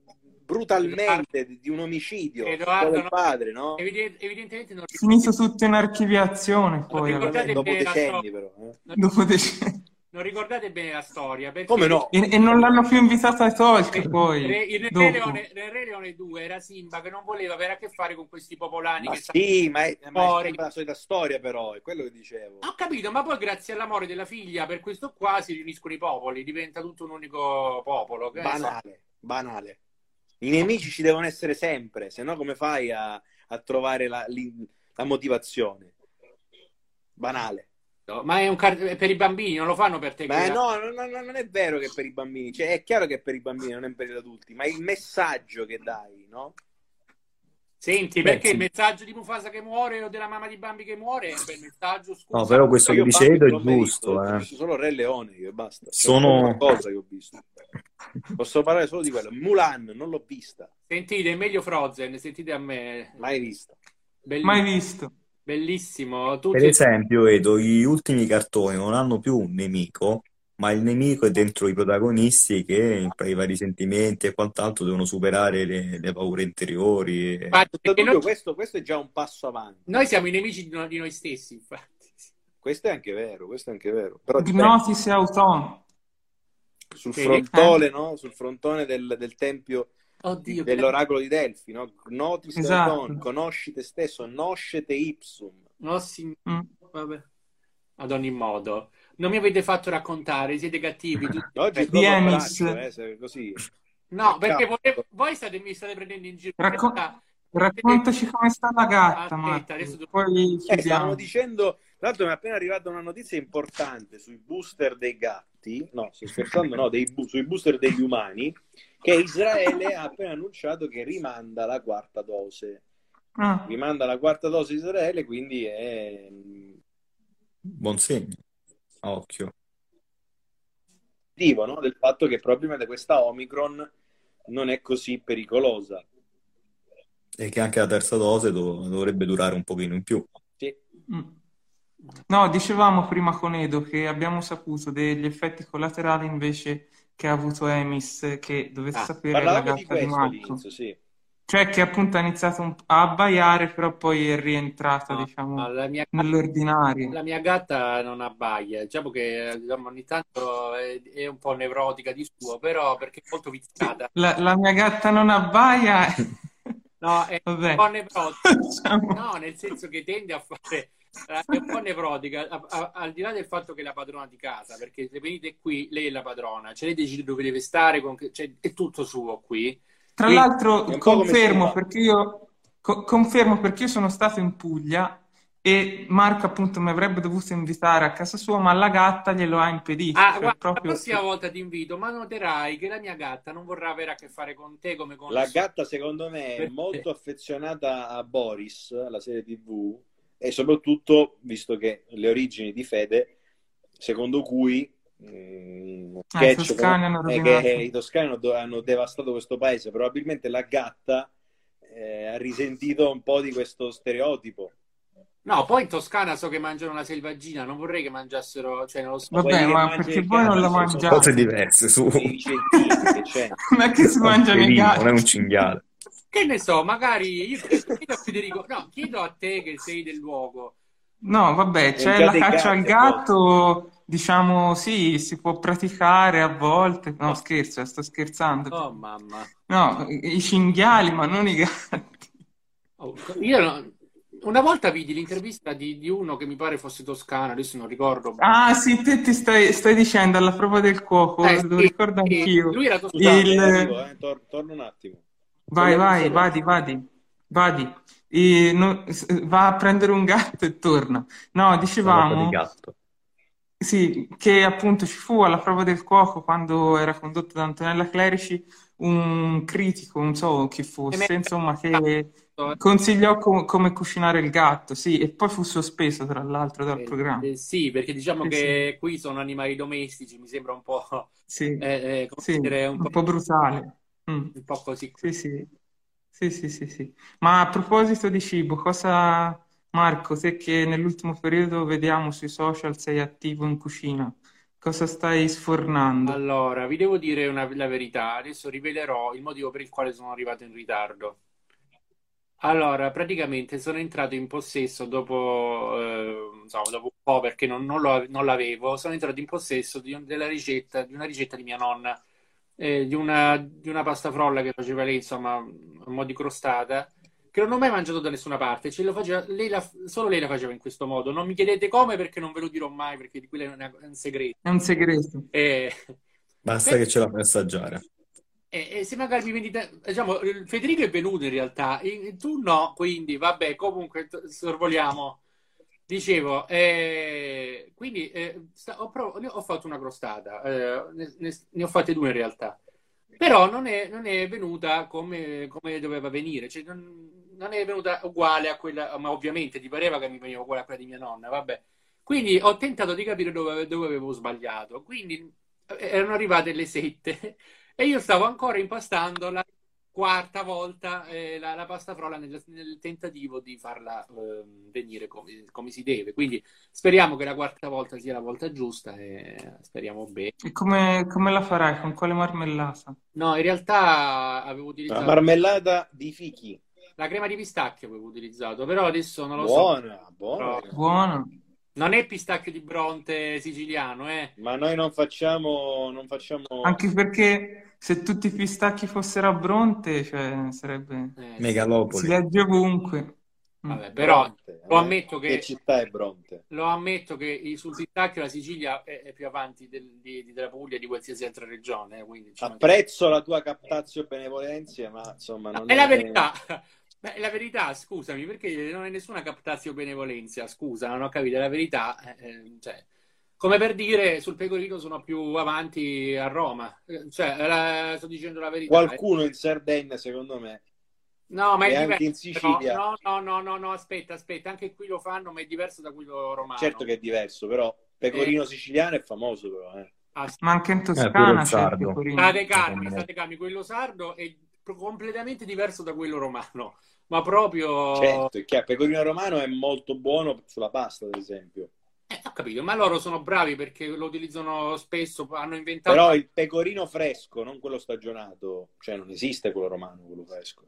brutalmente di, di un omicidio Edoardo, del no. padre, no? Evident- evidentemente non Finito tutto in archiviazione poi. Non vabbè. ricordate Dopo bene la decenni storia. però. eh. non, Dopo decenni. non ricordate bene la storia perché Come no? E, e non l'hanno più invitato ai talk poi. Re- il Re, dopo. Leone, il Re Leone due era Simba che non voleva avere a che fare con questi popolani Ma che sì, ma è, ma è Fuori. sempre la solita storia però, è quello che dicevo. Ho capito, ma poi grazie all'amore della figlia per questo qua si riuniscono i popoli, diventa tutto un unico popolo. Che ne so. Banale, banale. I nemici ci devono essere sempre, se no come fai a, a trovare la, lì- la motivazione? Banale. Ma è un car- è per i bambini, non lo fanno per te. Ma che- no, no, no, non è vero che è per i bambini, cioè è chiaro che è per i bambini, non è per gli adulti, ma il messaggio che dai, no? Senti, Beh, perché sì. il messaggio di Mufasa che muore o della mamma di Bambi che muore è un bel messaggio, scusa. No, però questo che Io dice Bambi Edo è non l'ho mai visto, giusto, ho eh. visto solo Re Leone, io e basta. C'è Sono... qualcosa che ho visto. Posso parlare solo di quello. Mulan, non l'ho vista, Sentite, è meglio Frozen, sentite a me. mai vista. Belli- Mai visto. Bellissimo. Per Tutti... esempio, Edo, gli ultimi cartoni non hanno più un nemico, ma il nemico è dentro i protagonisti che tra i vari sentimenti e quant'altro devono superare le, le paure interiori. e- Infatti, Senza perché dubbio, noi, questo, questo è già un passo avanti. noi siamo i nemici di noi, di noi stessi, infatti. Questo è anche vero, questo è anche vero. Però dipende. Gnosis e Auton. Sul Sì. frontone, no? Sul frontone del, del tempio Oddio, che- dell'oracolo di Delfi, no? Gnotis Esatto. Auton, conosci te stesso, noscete ipsum. no, sì, Mm. vabbè. Ad ogni modo, non mi avete fatto raccontare, siete cattivi. tutti. Oggi è Di proprio a Enis. braccio, eh, se- così. No, perché Cavolo. volevo- voi state, mi state prendendo in giro. Racco- Aspetta, Raccontaci come sta la gatta, Aspetta, Marco. adesso devo- Poi Eh, stavamo chiudiamo. dicendo, tra l'altro mi è appena arrivata una notizia importante sui booster dei gatti, no, sto scherzando, no, dei bu- sui booster degli umani, che Israele ha appena annunciato che rimanda la quarta dose. Ah, Rimanda la quarta dose Israele, quindi è Buon segno, a occhio. positivo, no? Del fatto che probabilmente questa Omicron non è così pericolosa. E che anche la terza dose dov- dovrebbe durare un pochino in più. Sì. mm. No, dicevamo prima con Edo che abbiamo saputo degli effetti collaterali invece che ha avuto Emis, che dovete Ah, sapere è la Parlavamo di gatta di questo Marco. all'inizio, sì. Cioè che appunto ha iniziato un- a abbaiare, però poi è rientrata, no, diciamo, no, la mia, nell'ordinario. la mia gatta non abbaia. Diciamo che eh, diciamo, ogni tanto è, è un po' nevrotica di suo, però perché è molto Sì, viziata. la, la mia gatta non abbaia. No, è un Vabbè, po' nevrotica. diciamo. No, nel senso che tende a fare. È un po' nevrotica, a- a- al di là del fatto che è la padrona di casa, perché se venite qui, lei è la padrona, cioè lei decide dove deve stare, con che- cioè, è tutto suo qui. Tra E- È l'altro un po' come confermo Simba. perché io co- confermo perché io sono stato in Puglia e Marco appunto mi avrebbe dovuto invitare a casa sua, ma la gatta glielo ha impedito, Ah, cioè guarda, la proprio prossima volta ti invito, ma noterai che la mia gatta non vorrà avere a che fare con te come con La nessuno. gatta, secondo me, è Perché? molto affezionata a Boris, la serie tivù, e soprattutto, visto che le origini di Fede, secondo cui mm, uno Ah, i sketch toscani hanno è rovinato. che i toscani hanno, do- hanno devastato questo paese, probabilmente la gatta eh, ha risentito un po' di questo stereotipo. No, poi in Toscana so che mangiano la selvaggina, non vorrei che mangiassero, cioè non lo so. Ma Vabbè, quelli che ma mangiano perché il voi non gatto la sono- Cose mangiate? diverse, su. I vicentini che c'è. Non è che si Un mangiano i felino, gatti. non è un cinghiale. Che ne so, magari io chiedo a Federico, no, chiedo a te che sei del luogo. No, vabbè, c'è Mangiate la i caccia al gatti a volte. gatto, diciamo, sì, si può praticare a volte. No, scherzo, sto scherzando. Oh mamma. No, i i cinghiali, ma non i gatti. Oh, io no- una volta vidi l'intervista di, di uno che mi pare fosse toscano, adesso non ricordo. Ah, sì, te ti stai, stai dicendo alla prova del cuoco, Eh, lo sì, ricordo sì, anch'io. lui era toscano. Scusate, Il- arrivo, eh, tor- torno un attimo. Vai, Solo- vai, solo- vadi, vadi, vadi. E no- s- va a prendere un gatto e torna. No, Una volta dicevamo, di gatto. sì, che appunto ci fu alla prova del cuoco quando era condotto da Antonella Clerici un critico, non so chi fosse, insomma, che consigliò co- come cucinare il gatto, sì, e poi fu sospeso tra l'altro dal Eh, programma. eh, sì, perché diciamo Sì, che qui sono animali domestici, mi sembra un po', Sì, eh, eh, come sì, dire, un un po', po' brutale. Mm. un po' così. Sì, sì, sì, sì, sì, sì. Ma a proposito di cibo, cosa, Marco, te che nell'ultimo periodo vediamo sui social sei attivo in cucina, cosa stai sfornando? Allora, vi devo dire una- la verità, adesso rivelerò il motivo per il quale sono arrivato in ritardo. Allora, praticamente sono entrato in possesso dopo, eh, insomma, dopo un po' perché non, non lo- non l'avevo, sono entrato in possesso di, un- della ricetta, di una ricetta di mia nonna, eh, di una, di una pasta frolla che faceva lei, insomma, a mo' di crostata, che non ho mai mangiato da nessuna parte, ce lo faceva, lei la- solo lei la faceva in questo modo. Non mi chiedete come perché non ve lo dirò mai, perché di quello è una- è un segreto. È un segreto. Eh, Basta per- che ce la fai assaggiare. E, e se magari mi vendite, diciamo, il Federico è venuto in realtà, e tu no, quindi vabbè, comunque t- sorvoliamo. Dicevo, eh, quindi eh, sta- ho, prov- ho fatto una crostata, eh, ne, ne- ne ho fatte due in realtà, però non è, non è venuta come, come doveva venire, cioè non, non è venuta uguale a quella, ma ovviamente ti pareva che mi veniva uguale a quella di mia nonna, vabbè. Quindi ho tentato di capire dove, dove avevo sbagliato, quindi eh, erano arrivate le sette e io stavo ancora impastando la quarta volta eh, la, la pasta frolla nel, nel tentativo di farla eh, venire come, come si deve. Quindi speriamo che la quarta volta sia la volta giusta e speriamo bene. E come, come la farai? Con quale marmellata? No, in realtà avevo Una utilizzato marmellata di fichi. la crema di pistacchio, avevo utilizzato, però adesso non lo Buona, so. buona. Però Buono. non è pistacchio di Bronte siciliano, eh. Ma noi non facciamo, non facciamo... Anche perché se tutti i pistacchi fossero a Bronte, cioè, sarebbe... Eh, sì. Si Megalopoli. legge ovunque. Mm. Vabbè, però Bronte, lo eh? ammetto Che che città è Bronte? Lo ammetto che i- sul pistacchio la Sicilia è, è più avanti del- di, di- della Puglia e di qualsiasi altra regione, eh, quindi ci manca- Apprezzo la tua captazio benevolenza, ma insomma No, non è la è... verità. Beh, è la verità, scusami, perché non è nessuna captatio benevolenza, scusa, non ho capito, è la verità. eh, eh, cioè, come per dire, sul pecorino sono più avanti a Roma. Eh, Cioè, la- sto dicendo la verità. eh. Qualcuno in Sardegna, secondo me, No, ma e è anche in diverso. però. Sicilia, No, no, no, no, no, aspetta, aspetta, anche qui lo fanno, ma è diverso da quello romano. certo che è diverso, però pecorino siciliano è famoso, però, eh. Ah, Ma anche in Eh, pure Toscana il c'è il sardo. pecorino. State calmi, Secondo me. state calmi, quello sardo è pro- completamente diverso da quello romano, ma proprio... Certo, è chiaro, pecorino romano è molto buono sulla pasta, ad esempio. Eh, ho capito, ma loro sono bravi perché lo utilizzano spesso, hanno inventato... Però il pecorino fresco, non quello stagionato, cioè non esiste quello romano, quello fresco.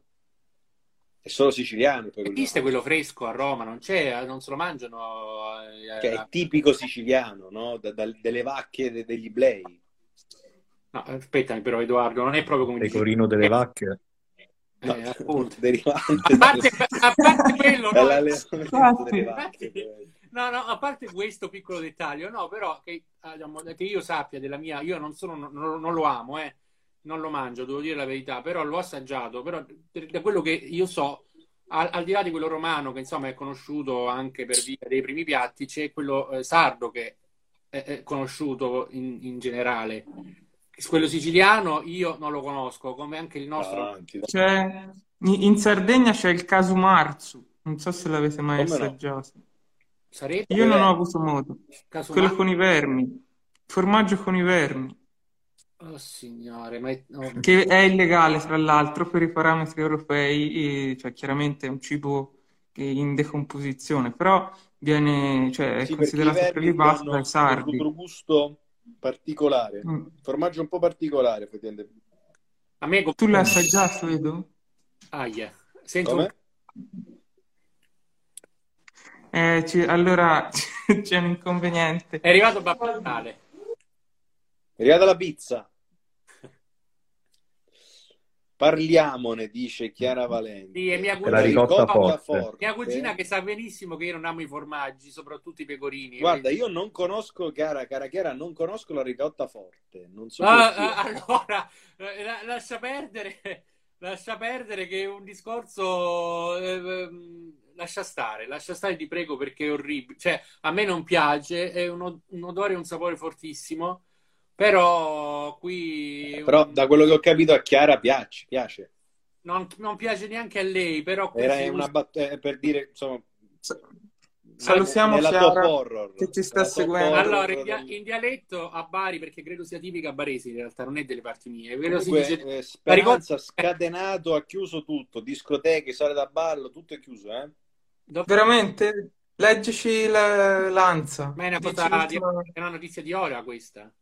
È solo siciliano il pecorino Esiste romano, quello fresco a Roma, non c'è, non se lo mangiano... eh, che è tipico siciliano, no? Da- da- delle vacche, de- degli iblei. No, aspettami però Edoardo, non è proprio come dici... Pecorino delle vacche. No, Eh, appunto. derivante A parte, a parte quello, no, dall'allevamento delle Infatti. vacche. No, no, a parte questo piccolo dettaglio, no, però che, ah, diciamo, che io sappia della mia, io non sono, non, non lo amo, eh, non lo mangio, devo dire la verità, però l'ho assaggiato, però da quello che io so, al, al di là di quello romano, che insomma è conosciuto anche per via dei primi piatti, c'è quello eh, sardo che è, è conosciuto in, in generale. Quello siciliano io non lo conosco, come anche il nostro... Avanti, dai. C'è... In in Sardegna c'è il casumarzu. Non so se l'avete mai Come no? assaggiato. Sarebbe Io non ho avuto modo. caso Quello con i vermi. Formaggio con i vermi. Oh signore, ma è... no. Che è illegale, tra l'altro, per i parametri europei. E, cioè, chiaramente è un cibo che è in decomposizione, però viene, cioè, è Sì, perché i considerato vermi prelibato hanno dai un sardi. retrogusto particolare. Mm. Formaggio un po' particolare, effettivamente. A me... Tu l'hai assaggiato, Edo? Aia. Sento Come? Eh, ci- allora c'è un inconveniente. È arrivato Babbo Natale. È arrivata la pizza. Parliamone, dice Chiara Valente. Sì, e mia E la cugina, ricotta forte. mia cugina che sa benissimo che io non amo i formaggi, soprattutto i pecorini. Guarda, io non conosco, cara, cara Chiara, non conosco la ricotta forte. Non so Ah, perché. ah, allora, eh, la- lascia perdere, lascia perdere che è un discorso... eh, ehm, lascia stare, lascia stare ti prego perché è orribile. Cioè, a me non piace, è un, o- un odore e un sapore fortissimo, però qui... Però un- da quello che ho capito a Chiara piace, piace. non, non piace neanche a lei, però qui Era si una usa- bat- eh, per dire, insomma, Salutiamo nella Chiara top horror. che ci sta Nella top seguendo. horror Allora, in, dia- del- in dialetto a Bari, perché credo sia tipica barese in realtà, non è delle parti mie. Credo si Comunque, dice... eh, la ricotta- Speranza scatenato, ha chiuso tutto, discoteche, sale da ballo, tutto è chiuso, eh? Dov- Veramente? Leggici la- l'Anza. Ma è una Dici cosa di... l'ultima- è una notizia di ora questa.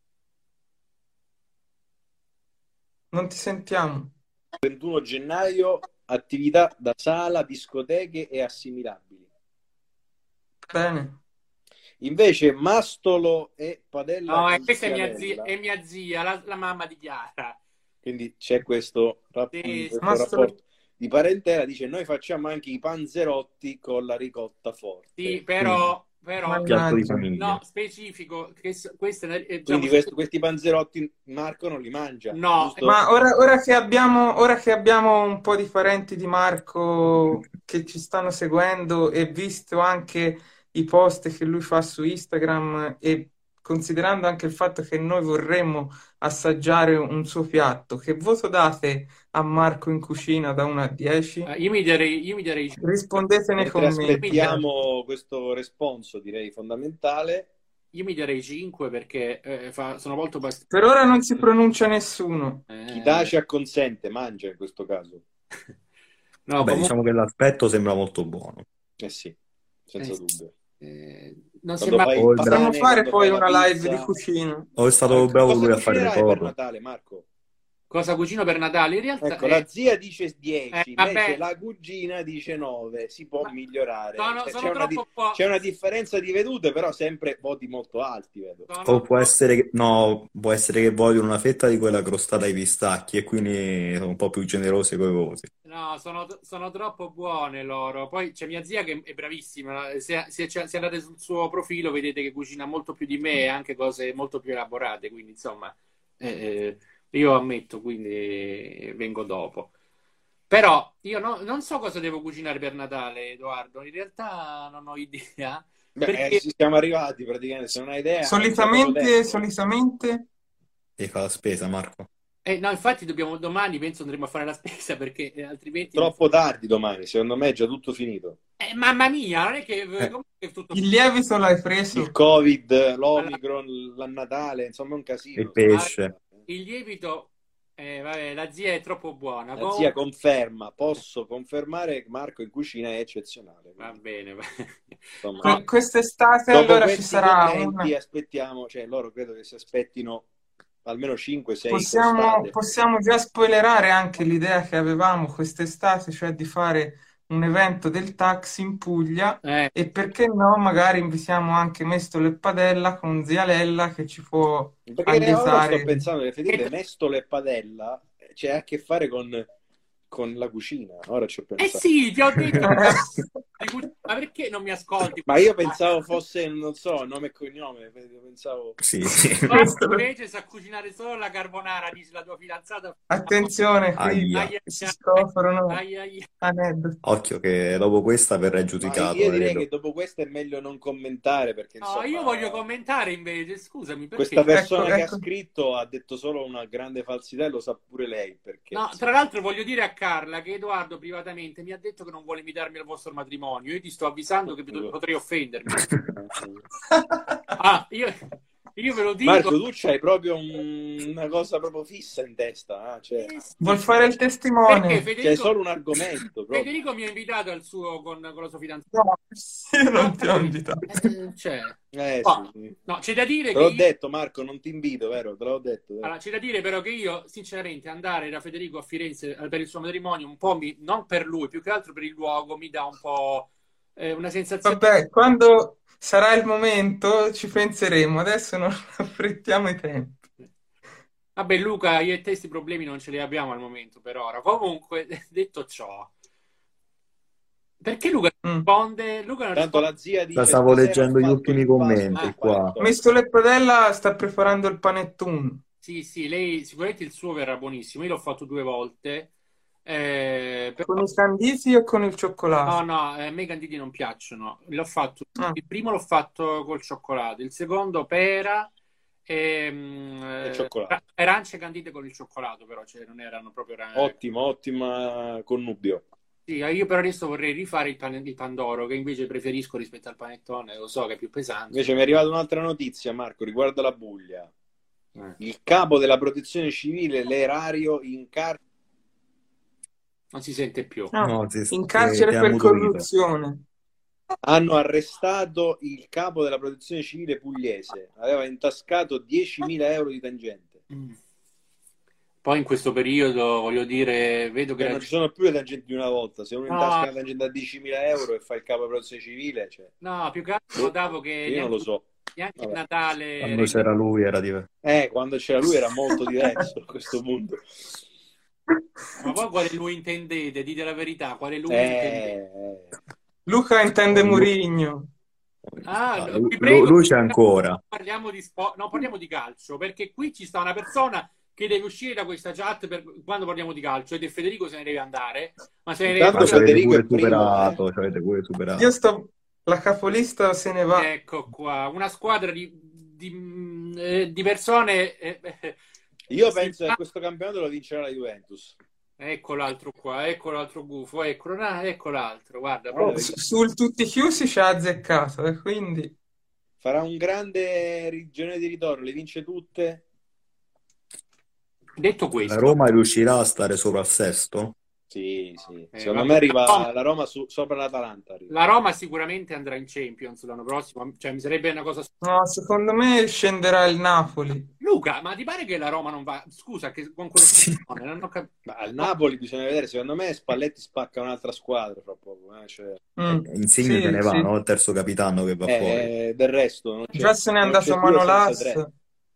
Non ti sentiamo. ventuno gennaio, attività da sala, discoteche e assimilabili. Bene. Invece Mastolo e Padella No, e di questa è mia zia, Schiavella. è mia zia la, la mamma di Chiara. Quindi c'è questo, rap- Sì, questo Mastolo- rapporto di parentela. Dice, noi facciamo anche i panzerotti con la ricotta forte. Sì, però, però Ma- Piatto di Mannaggia. famiglia. no, specifico. Che s- questa è, è- Quindi diciamo, questi, questi panzerotti Marco non li mangia, No, giusto? Ma ora, ora che abbiamo, ora che abbiamo un po' di parenti di Marco che ci stanno seguendo e visto anche i post che lui fa su Instagram e considerando anche il fatto che noi vorremmo assaggiare un suo piatto, che voto date a Marco in cucina da uno a dieci? Eh, io mi darei, io mi darei Rispondete nei Mentre commenti. aspettiamo questo responso, direi fondamentale. io mi darei cinque perché eh, fa- sono molto bast- Per ora non si pronuncia nessuno. eh, Chi tace acconsente, mangia in questo caso. no, Vabbè, comunque, diciamo che l'aspetto sembra molto buono. Eh sì, senza Eh, dubbio. eh, non Quando sembra fai il Oh, il Potremmo pane, fare quando poi fai la una live pizza. di cucina. Oh, è stato Ma bravo cosa lui a fare le cucinerai per foto. Natale, Marco? cosa cucino per Natale. In realtà Ecco, eh, la zia dice dieci, eh, vabbè. invece la cugina dice nove. Si può Ma- migliorare. no, no, Cioè, sono c'è, una di- troppo po- c'è una differenza di vedute, però sempre voti molto alti, vedo. sono O può po- essere che, no, può essere che vogliono una fetta di quella crostata ai pistacchi e quindi sono un po' più generose con i voti. no, sono, sono troppo buone loro. Poi c'è mia zia che è bravissima. Se, se, se andate sul suo profilo vedete che cucina molto più di me e anche cose molto più elaborate. Quindi, insomma, eh, eh, io ammetto, quindi vengo dopo. Però io no- non so cosa devo cucinare per Natale, Edoardo. In realtà non ho idea. Beh, Perché eh, ci siamo arrivati praticamente, se non hai idea... Solitamente, è tempo. solitamente, E fa la spesa, Marco. eh, no, infatti dobbiamo domani penso andremo a fare la spesa perché eh, altrimenti Troppo tardi domani, secondo me è già tutto finito. Eh, mamma mia, non è che Eh. comunque è tutto il lievito l'hai preso? Il Covid, l'Omicron, il Natale, insomma è un casino. Il pesce. il lievito. Eh, vabbè, la zia è troppo buona. La Comunque- zia conferma, posso confermare che Marco in cucina è eccezionale. Va bene, va Insomma, Que- quest'estate dopo allora ci questi sarà commenti un... aspettiamo, cioè loro credo che si aspettino almeno cinque sei Possiamo, costate. possiamo già spoilerare anche l'idea che avevamo quest'estate, cioè di fare un evento del taxi in Puglia Eh, e perché no, magari invitiamo anche Mestolo e Padella con zia Lella che ci può Perché ora sto allietare. pensando che effettivamente Mestolo e Padella c'è a che fare con, con la cucina. Ora ci ho eh pensato. sì, ti ho detto. Ma perché non mi ascolti? Ma io pensavo fosse, non so, nome e cognome. Pensavo... Sì, sì. Marco invece sa cucinare solo la carbonara, dice la tua fidanzata. Attenzione, qui Aia. Aia, si scoprono aia, aia. aneddoti. Occhio che dopo questa verrà Ma giudicato. io direi credo. che dopo questo è meglio non commentare perché No, insomma, io voglio commentare invece, scusami, perché? questa persona Ecco, che ecco. ha scritto ha detto solo una grande falsità e lo sa pure lei perché No, tra l'altro voglio dire a Carla che Edoardo privatamente mi ha detto che non vuole invitarmi al vostro matrimonio. Io ti sto avvisando che pot- potrei offendermi. Ah, io, io ve lo dico. Marco, tu c'hai proprio un- una cosa proprio fissa in testa, eh? Cioè, Eh sì, Vuol fare il perché testimone? c'è Federico, solo un argomento proprio. Federico mi ha invitato al suo con, con la sua fidanzata. No, io non ti ho invitato. Eh, cioè, Eh, oh, sì, sì. no, c'è da dire Te che l'ho io- detto Marco, non ti invito, vero? Te l'ho detto. vero? allora, c'è da dire però che io, sinceramente, andare da Federico a Firenze eh, per il suo matrimonio, un po' mi, non per lui, più che altro per il luogo, mi dà un po' eh, una sensazione. Vabbè, quando sarà il momento ci penseremo, adesso non affrettiamo i tempi. Vabbè, Luca, io e te questi problemi non ce li abbiamo al momento per ora. Comunque, detto ciò, perché Luca Mm. risponde? Luca non Tanto risponde. la zia dice La stavo stasera leggendo ha gli fatto ultimi il pasto commenti di qua. quattro. Mestolo e Padella sta preparando il panettone. Sì, sì, lei sicuramente il suo verrà buonissimo. Io l'ho fatto due volte. Eh, però- Con i canditi o con il cioccolato? No, no, eh, a me i canditi non piacciono. L'ho fatto, Ah. il primo l'ho fatto col cioccolato, il secondo pera e, mm, E eh, cioccolato. arance candite con il cioccolato, però cioè, non erano proprio arance. Ottimo, ottima connubio. Sì, io però adesso vorrei rifare il, pane- il pandoro, che invece preferisco rispetto al panettone, lo so che è più pesante. Invece mi è arrivata un'altra notizia, Marco, riguardo la Puglia. Eh, Il capo della protezione civile, l'erario, in carcere. non si sente più. No, No, ti- in ti- carcere ti ha per ammutolito. corruzione. Hanno arrestato il capo della protezione civile pugliese. Aveva intascato diecimila euro di tangente. Mm. Poi in questo periodo, voglio dire, vedo che Cioè, la non ci sono più le tangenti di una volta. Se uno No. intasca una tangente a diecimila euro e fa il capo della protezione civile, cioè, No, più che altro notavo che io non lo neanche, so. neanche il Vabbè. Natale. Quando c'era lui era diverso. Eh, quando c'era lui era molto diverso a questo punto. Ma voi quale lui intendete? Dite la verità, quale lui intendete? Eh, eh. Luca intende Oh, lui- Murigno. Ah, Ah, no, lui, vi prego, lui- lui c'è ancora. parliamo di sport, no, parliamo di calcio, perché qui ci sta una persona che deve uscire da questa chat per quando parliamo di calcio ed è Federico se ne deve andare, ma se ne deve Intanto Ma ci proprio... avete Federico pure è primo, superato, ci avete pure superato. Io sto, La capolista se ne va. Ecco qua, una squadra di, di, eh, di persone. eh, eh, Io si- penso che questo campionato lo vincerà la Juventus. Ecco l'altro qua, ecco l'altro gufo, ecco, ah, ecco l'altro, guarda, Guarda, proprio. Su- sul tutti chiusi ci ha azzeccato, e quindi farà un grande ri- girone di ritorno, le vince tutte. Detto La questo, Roma riuscirà a stare sopra al sesto? Sì, sì. eh, Secondo vabbè, me arriva la Roma, la Roma su- sopra l'Atalanta. Arriva. la Roma sicuramente andrà in Champions l'anno prossimo, cioè mi sarebbe una cosa. no, secondo me scenderà il Napoli. Luca, ma ti pare che la Roma non va? Scusa, che con quello Sì. spagnolo, non ho cap- Ma al Napoli bisogna vedere, secondo me Spalletti spacca un'altra squadra fra poco. Eh? Cioè, Mm, Insigne se sì, ne va, sì. no? Il terzo capitano che va fuori. eh, del resto non c'è, Già se n'è non andato c'è due senza Manolas. tre.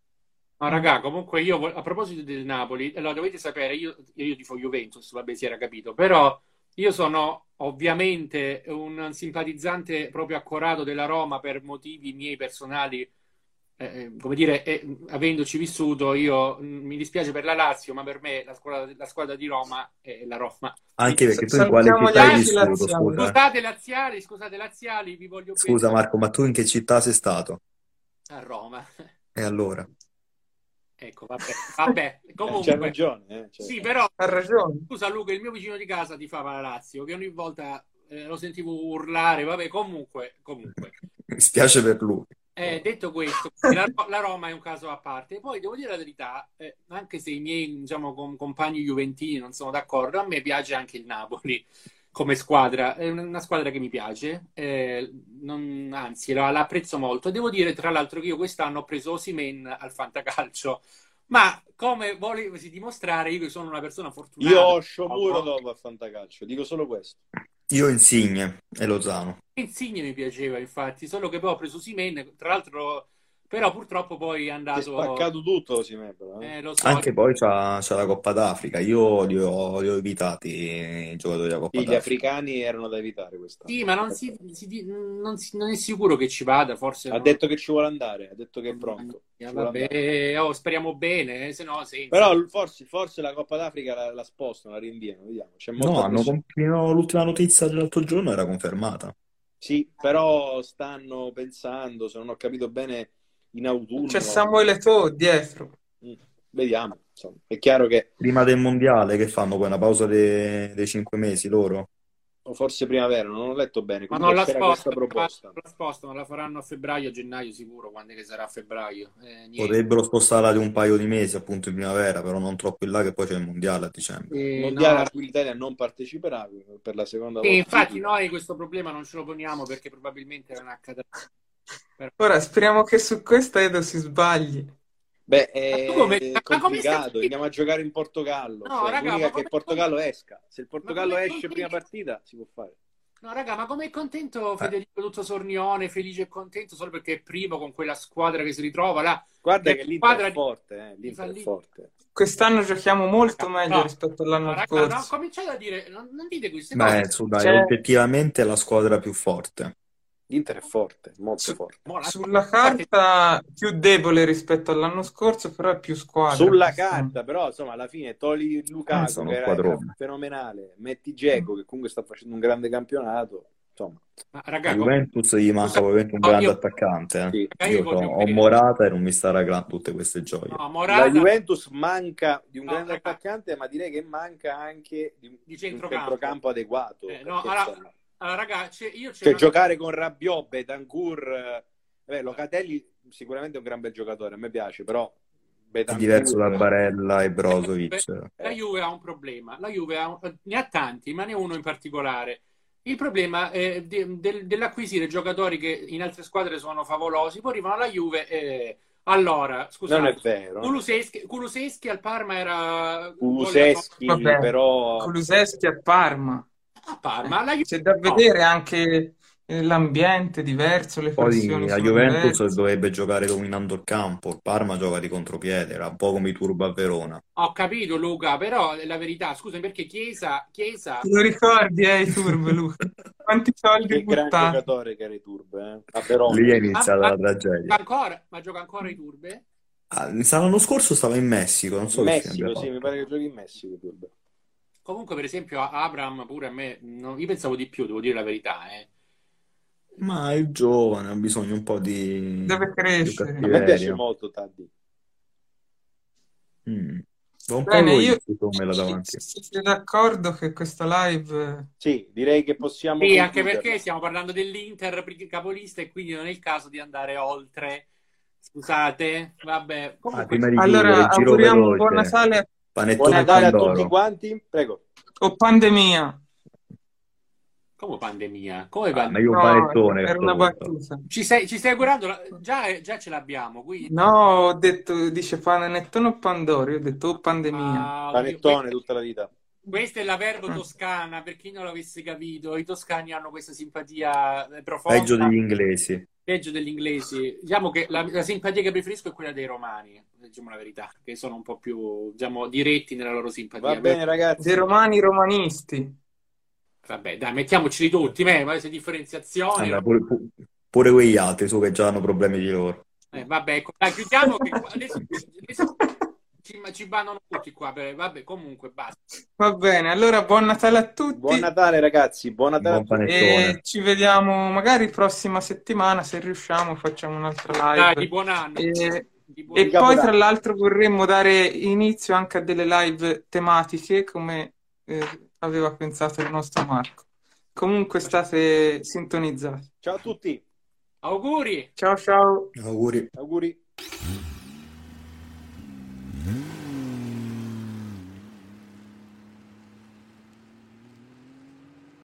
No, raga, comunque io vol- a proposito del Napoli, allora dovete sapere, io, io tifo Juventus, vabbè, si era capito, però io sono ovviamente un simpatizzante proprio accorato della Roma per motivi miei personali, eh, come dire, eh, avendoci vissuto, io mm, mi dispiace per la Lazio, ma per me la squadra, la squadra di Roma è la Roma. Anche perché tu in Salutiamo quale gli città hai amici vissuto, laziali. scusa? Scusate laziali, scusate laziali, vi voglio Scusa bene Marco, ma tu in che città sei stato? a Roma. E allora? Ecco, vabbè, vabbè, Eh, c'ha comunque, ragione. Eh? Cioè, sì, però Ha ragione. scusa Luca, il mio vicino di casa tifava la Lazio, che ogni volta eh, lo sentivo urlare, vabbè, comunque, comunque. Mi spiace per lui. Eh, detto questo, la, la Roma è un caso a parte. Poi devo dire la verità, eh, anche se i miei diciamo, com- compagni juventini non sono d'accordo, a me piace anche il Napoli come squadra. È una, una squadra che mi piace, eh, non- anzi, la, la apprezzo molto. Devo dire, tra l'altro, che io quest'anno ho preso Osimhen al Fantacalcio, ma come volevasi dimostrare, io che sono una persona fortunata. io ho Sciomuro dopo a Fantacalcio, dico solo questo. Io Insigne e Lozano. Insigne mi piaceva, infatti, solo che poi ho preso Osimhen, tra l'altro, però purtroppo poi è Si è andato. spaccato tutto, si però, eh. Eh, lo so, Anche poi c'ha, c'ha la Coppa d'Africa. Io li ho, li ho evitati i giocatori della Coppa Sì, gli d'Africa. africani erano da evitare quest'anno. sì, ma non, si, si di- non, si- non è sicuro che ci vada, forse Ha non- detto che ci vuole andare, ha detto che è pronto. Eh, Ci vuole andare. vabbè, oh, speriamo bene, eh, se no senza. Però forse, forse la Coppa d'Africa la, la spostano, la rinviano, vediamo. C'è molta No, hanno pressione. compiuto l'ultima notizia dell'altro giorno era confermata. Sì, però stanno pensando, se non ho capito bene, in autunno. C'è Samuele Eto'o dietro. Mm, Vediamo, insomma. È chiaro che Prima del mondiale, che fanno poi una pausa de- dei cinque mesi loro? o forse primavera, non ho letto bene, Ma comunque non la c'era questa spostano, proposta. la spostano, la faranno a febbraio, a gennaio sicuro, quando è che sarà a febbraio. Eh, niente. Potrebbero spostarla di un paio di mesi, appunto in primavera, però non troppo in là, che poi c'è il mondiale a dicembre. Eh, Mondiale no. a cui l'Italia non parteciperà per la seconda Sì, volta. infatti noi questo problema non ce lo poniamo perché probabilmente non accadrà. Però- Ora speriamo che su questa Edo si sbagli. Beh, Ma tu come- è ma come complicato, stai- andiamo a giocare in Portogallo. No, Cioè, raga, l'unica ma che come- il Portogallo esca. Se il Portogallo come- esce prima partita, si può fare. No, raga, ma com'è contento Eh. Federico Tutto Sornione, felice e contento solo perché è primo con quella squadra che si ritrova là. Guarda Che che l'Inter squadra è di- forte, eh. di L'Inter è falliti. forte. Quest'anno giochiamo molto Raga, meglio no. rispetto all'anno No, raga, no, scorso. cominciate a dire, non, non dite queste Beh, cose. su, dai, Cioè- oggettivamente è la squadra più forte. L'Inter è forte, molto Su- forte. Mo, la- Sulla carta più debole rispetto all'anno scorso, però è più squadra. Sulla quest'anno. carta, però, insomma, alla fine togli Lukaku, Eh, sono che era, squadrone. era fenomenale, metti Dzeko, che comunque sta facendo un grande campionato. Insomma, Ma, A raga, Juventus gli manca Scusa, ovviamente un no, grande io- attaccante. eh. sì. io Io voglio ho bene. Morata e non mi sta regalando tutte queste gioie. no, La Morata Juventus manca di un No, grande raga. attaccante, ma direi che manca anche di un, Di di un centrocampo. centrocampo adeguato. Eh, perché, no, allora, insomma, allora, raga, c'è- io c'è cioè, una- giocare con Rabiot, Betancourt, eh, beh, Locatelli sicuramente è un gran bel giocatore, a me piace, però È Betancourt, diverso da Barella e Brozovic. La Juve ha un problema, la Juve ha un- ne ha tanti, ma ne ha uno in particolare. Il problema è de- del- dell'acquisire giocatori che in altre squadre sono favolosi, poi arrivano alla Juve e allora, non è scusate, vero. Kulusevski, Kulusevski al Parma era Kulusevski, Vabbè, però Kulusevski a Parma. a Parma, la Juve C'è da vedere anche eh, l'ambiente diverso, le Poi pressioni la sono Juventus diverse. dovrebbe giocare dominando il campo, il Parma gioca di contropiede, era un po' come i Turbo a Verona. ho capito Luca, però è la verità, scusami perché Chiesa, Chiesa Te lo ricordi, eh, i Turbo, Luca? Quanti soldi che gran buttati? giocatore che era i Turbe, eh? A Verona. Lì è iniziata Ah, la ah, tragedia. ancora, ma gioca ancora i Turbe? Ah, mi sa l'anno scorso stava in Messico, non so In che fine abbia Messico, sì, fatto. mi pare che giochi in Messico i Turbe. Comunque, per esempio, Abram pure a me, no, io pensavo di più, devo dire la verità, eh. Ma è giovane, ha bisogno un po' di, Deve di crescere. A me piace cattiveria. molto Taddi. Mm. Va un po' Bene, io egoistico mela davanti. se siete d'accordo che questa live Sì, direi che possiamo Sì, anche concluderla. perché stiamo parlando dell'Inter capolista e quindi non è il caso di andare oltre. Scusate, vabbè. Ah, Comunque, prima di allora chiudere, giro auguriamo un buon veloce. Natale Buon Panettone e Natale a tutti Pandoro. quanti. Prego. o pandemia. come pandemia? Come Ah, pandemia? meglio un No, panettone a era sto una punto. battuta. Ci stai, ci stai augurando? La- Già, già ce l'abbiamo, quindi... No, ho detto, dice panettone o Pandoro, io ho detto o pandemia. Ah, oddio, Panettone questa, tutta la vita. questa è la verbo Mm. toscana, per chi non l'avesse capito. I toscani hanno questa simpatia eh, Peggio profonda, degli inglesi. peggio degli inglesi. Diciamo che la, la simpatia che preferisco è quella dei romani, diciamo la verità, che sono un po' più, diciamo, diretti nella loro simpatia. Va bene, ragazzi. Dei romani romanisti. Vabbè, dai, mettiamoci tutti, me, ma queste differenziazioni... Allora, pure, pu- pure quegli altri, su che già hanno problemi di loro. Eh, vabbè, ecco, dai, chiudiamo che qua- adesso, adesso ci, ci bannano tutti qua, per- vabbè, comunque basta. Va bene, allora buon Natale a tutti Buon Natale, ragazzi. Buon Natale a Buon tutti. panettone. e ci vediamo magari prossima settimana, se riusciamo facciamo un'altra Dai, di live. buon anno. E, Di buon- e Di poi Capodanno. tra l'altro vorremmo dare inizio anche a delle live tematiche come eh, aveva pensato il nostro Marco. Comunque state sintonizzati. Ciao a tutti. Auguri! Ciao ciao. Auguri. Auguri.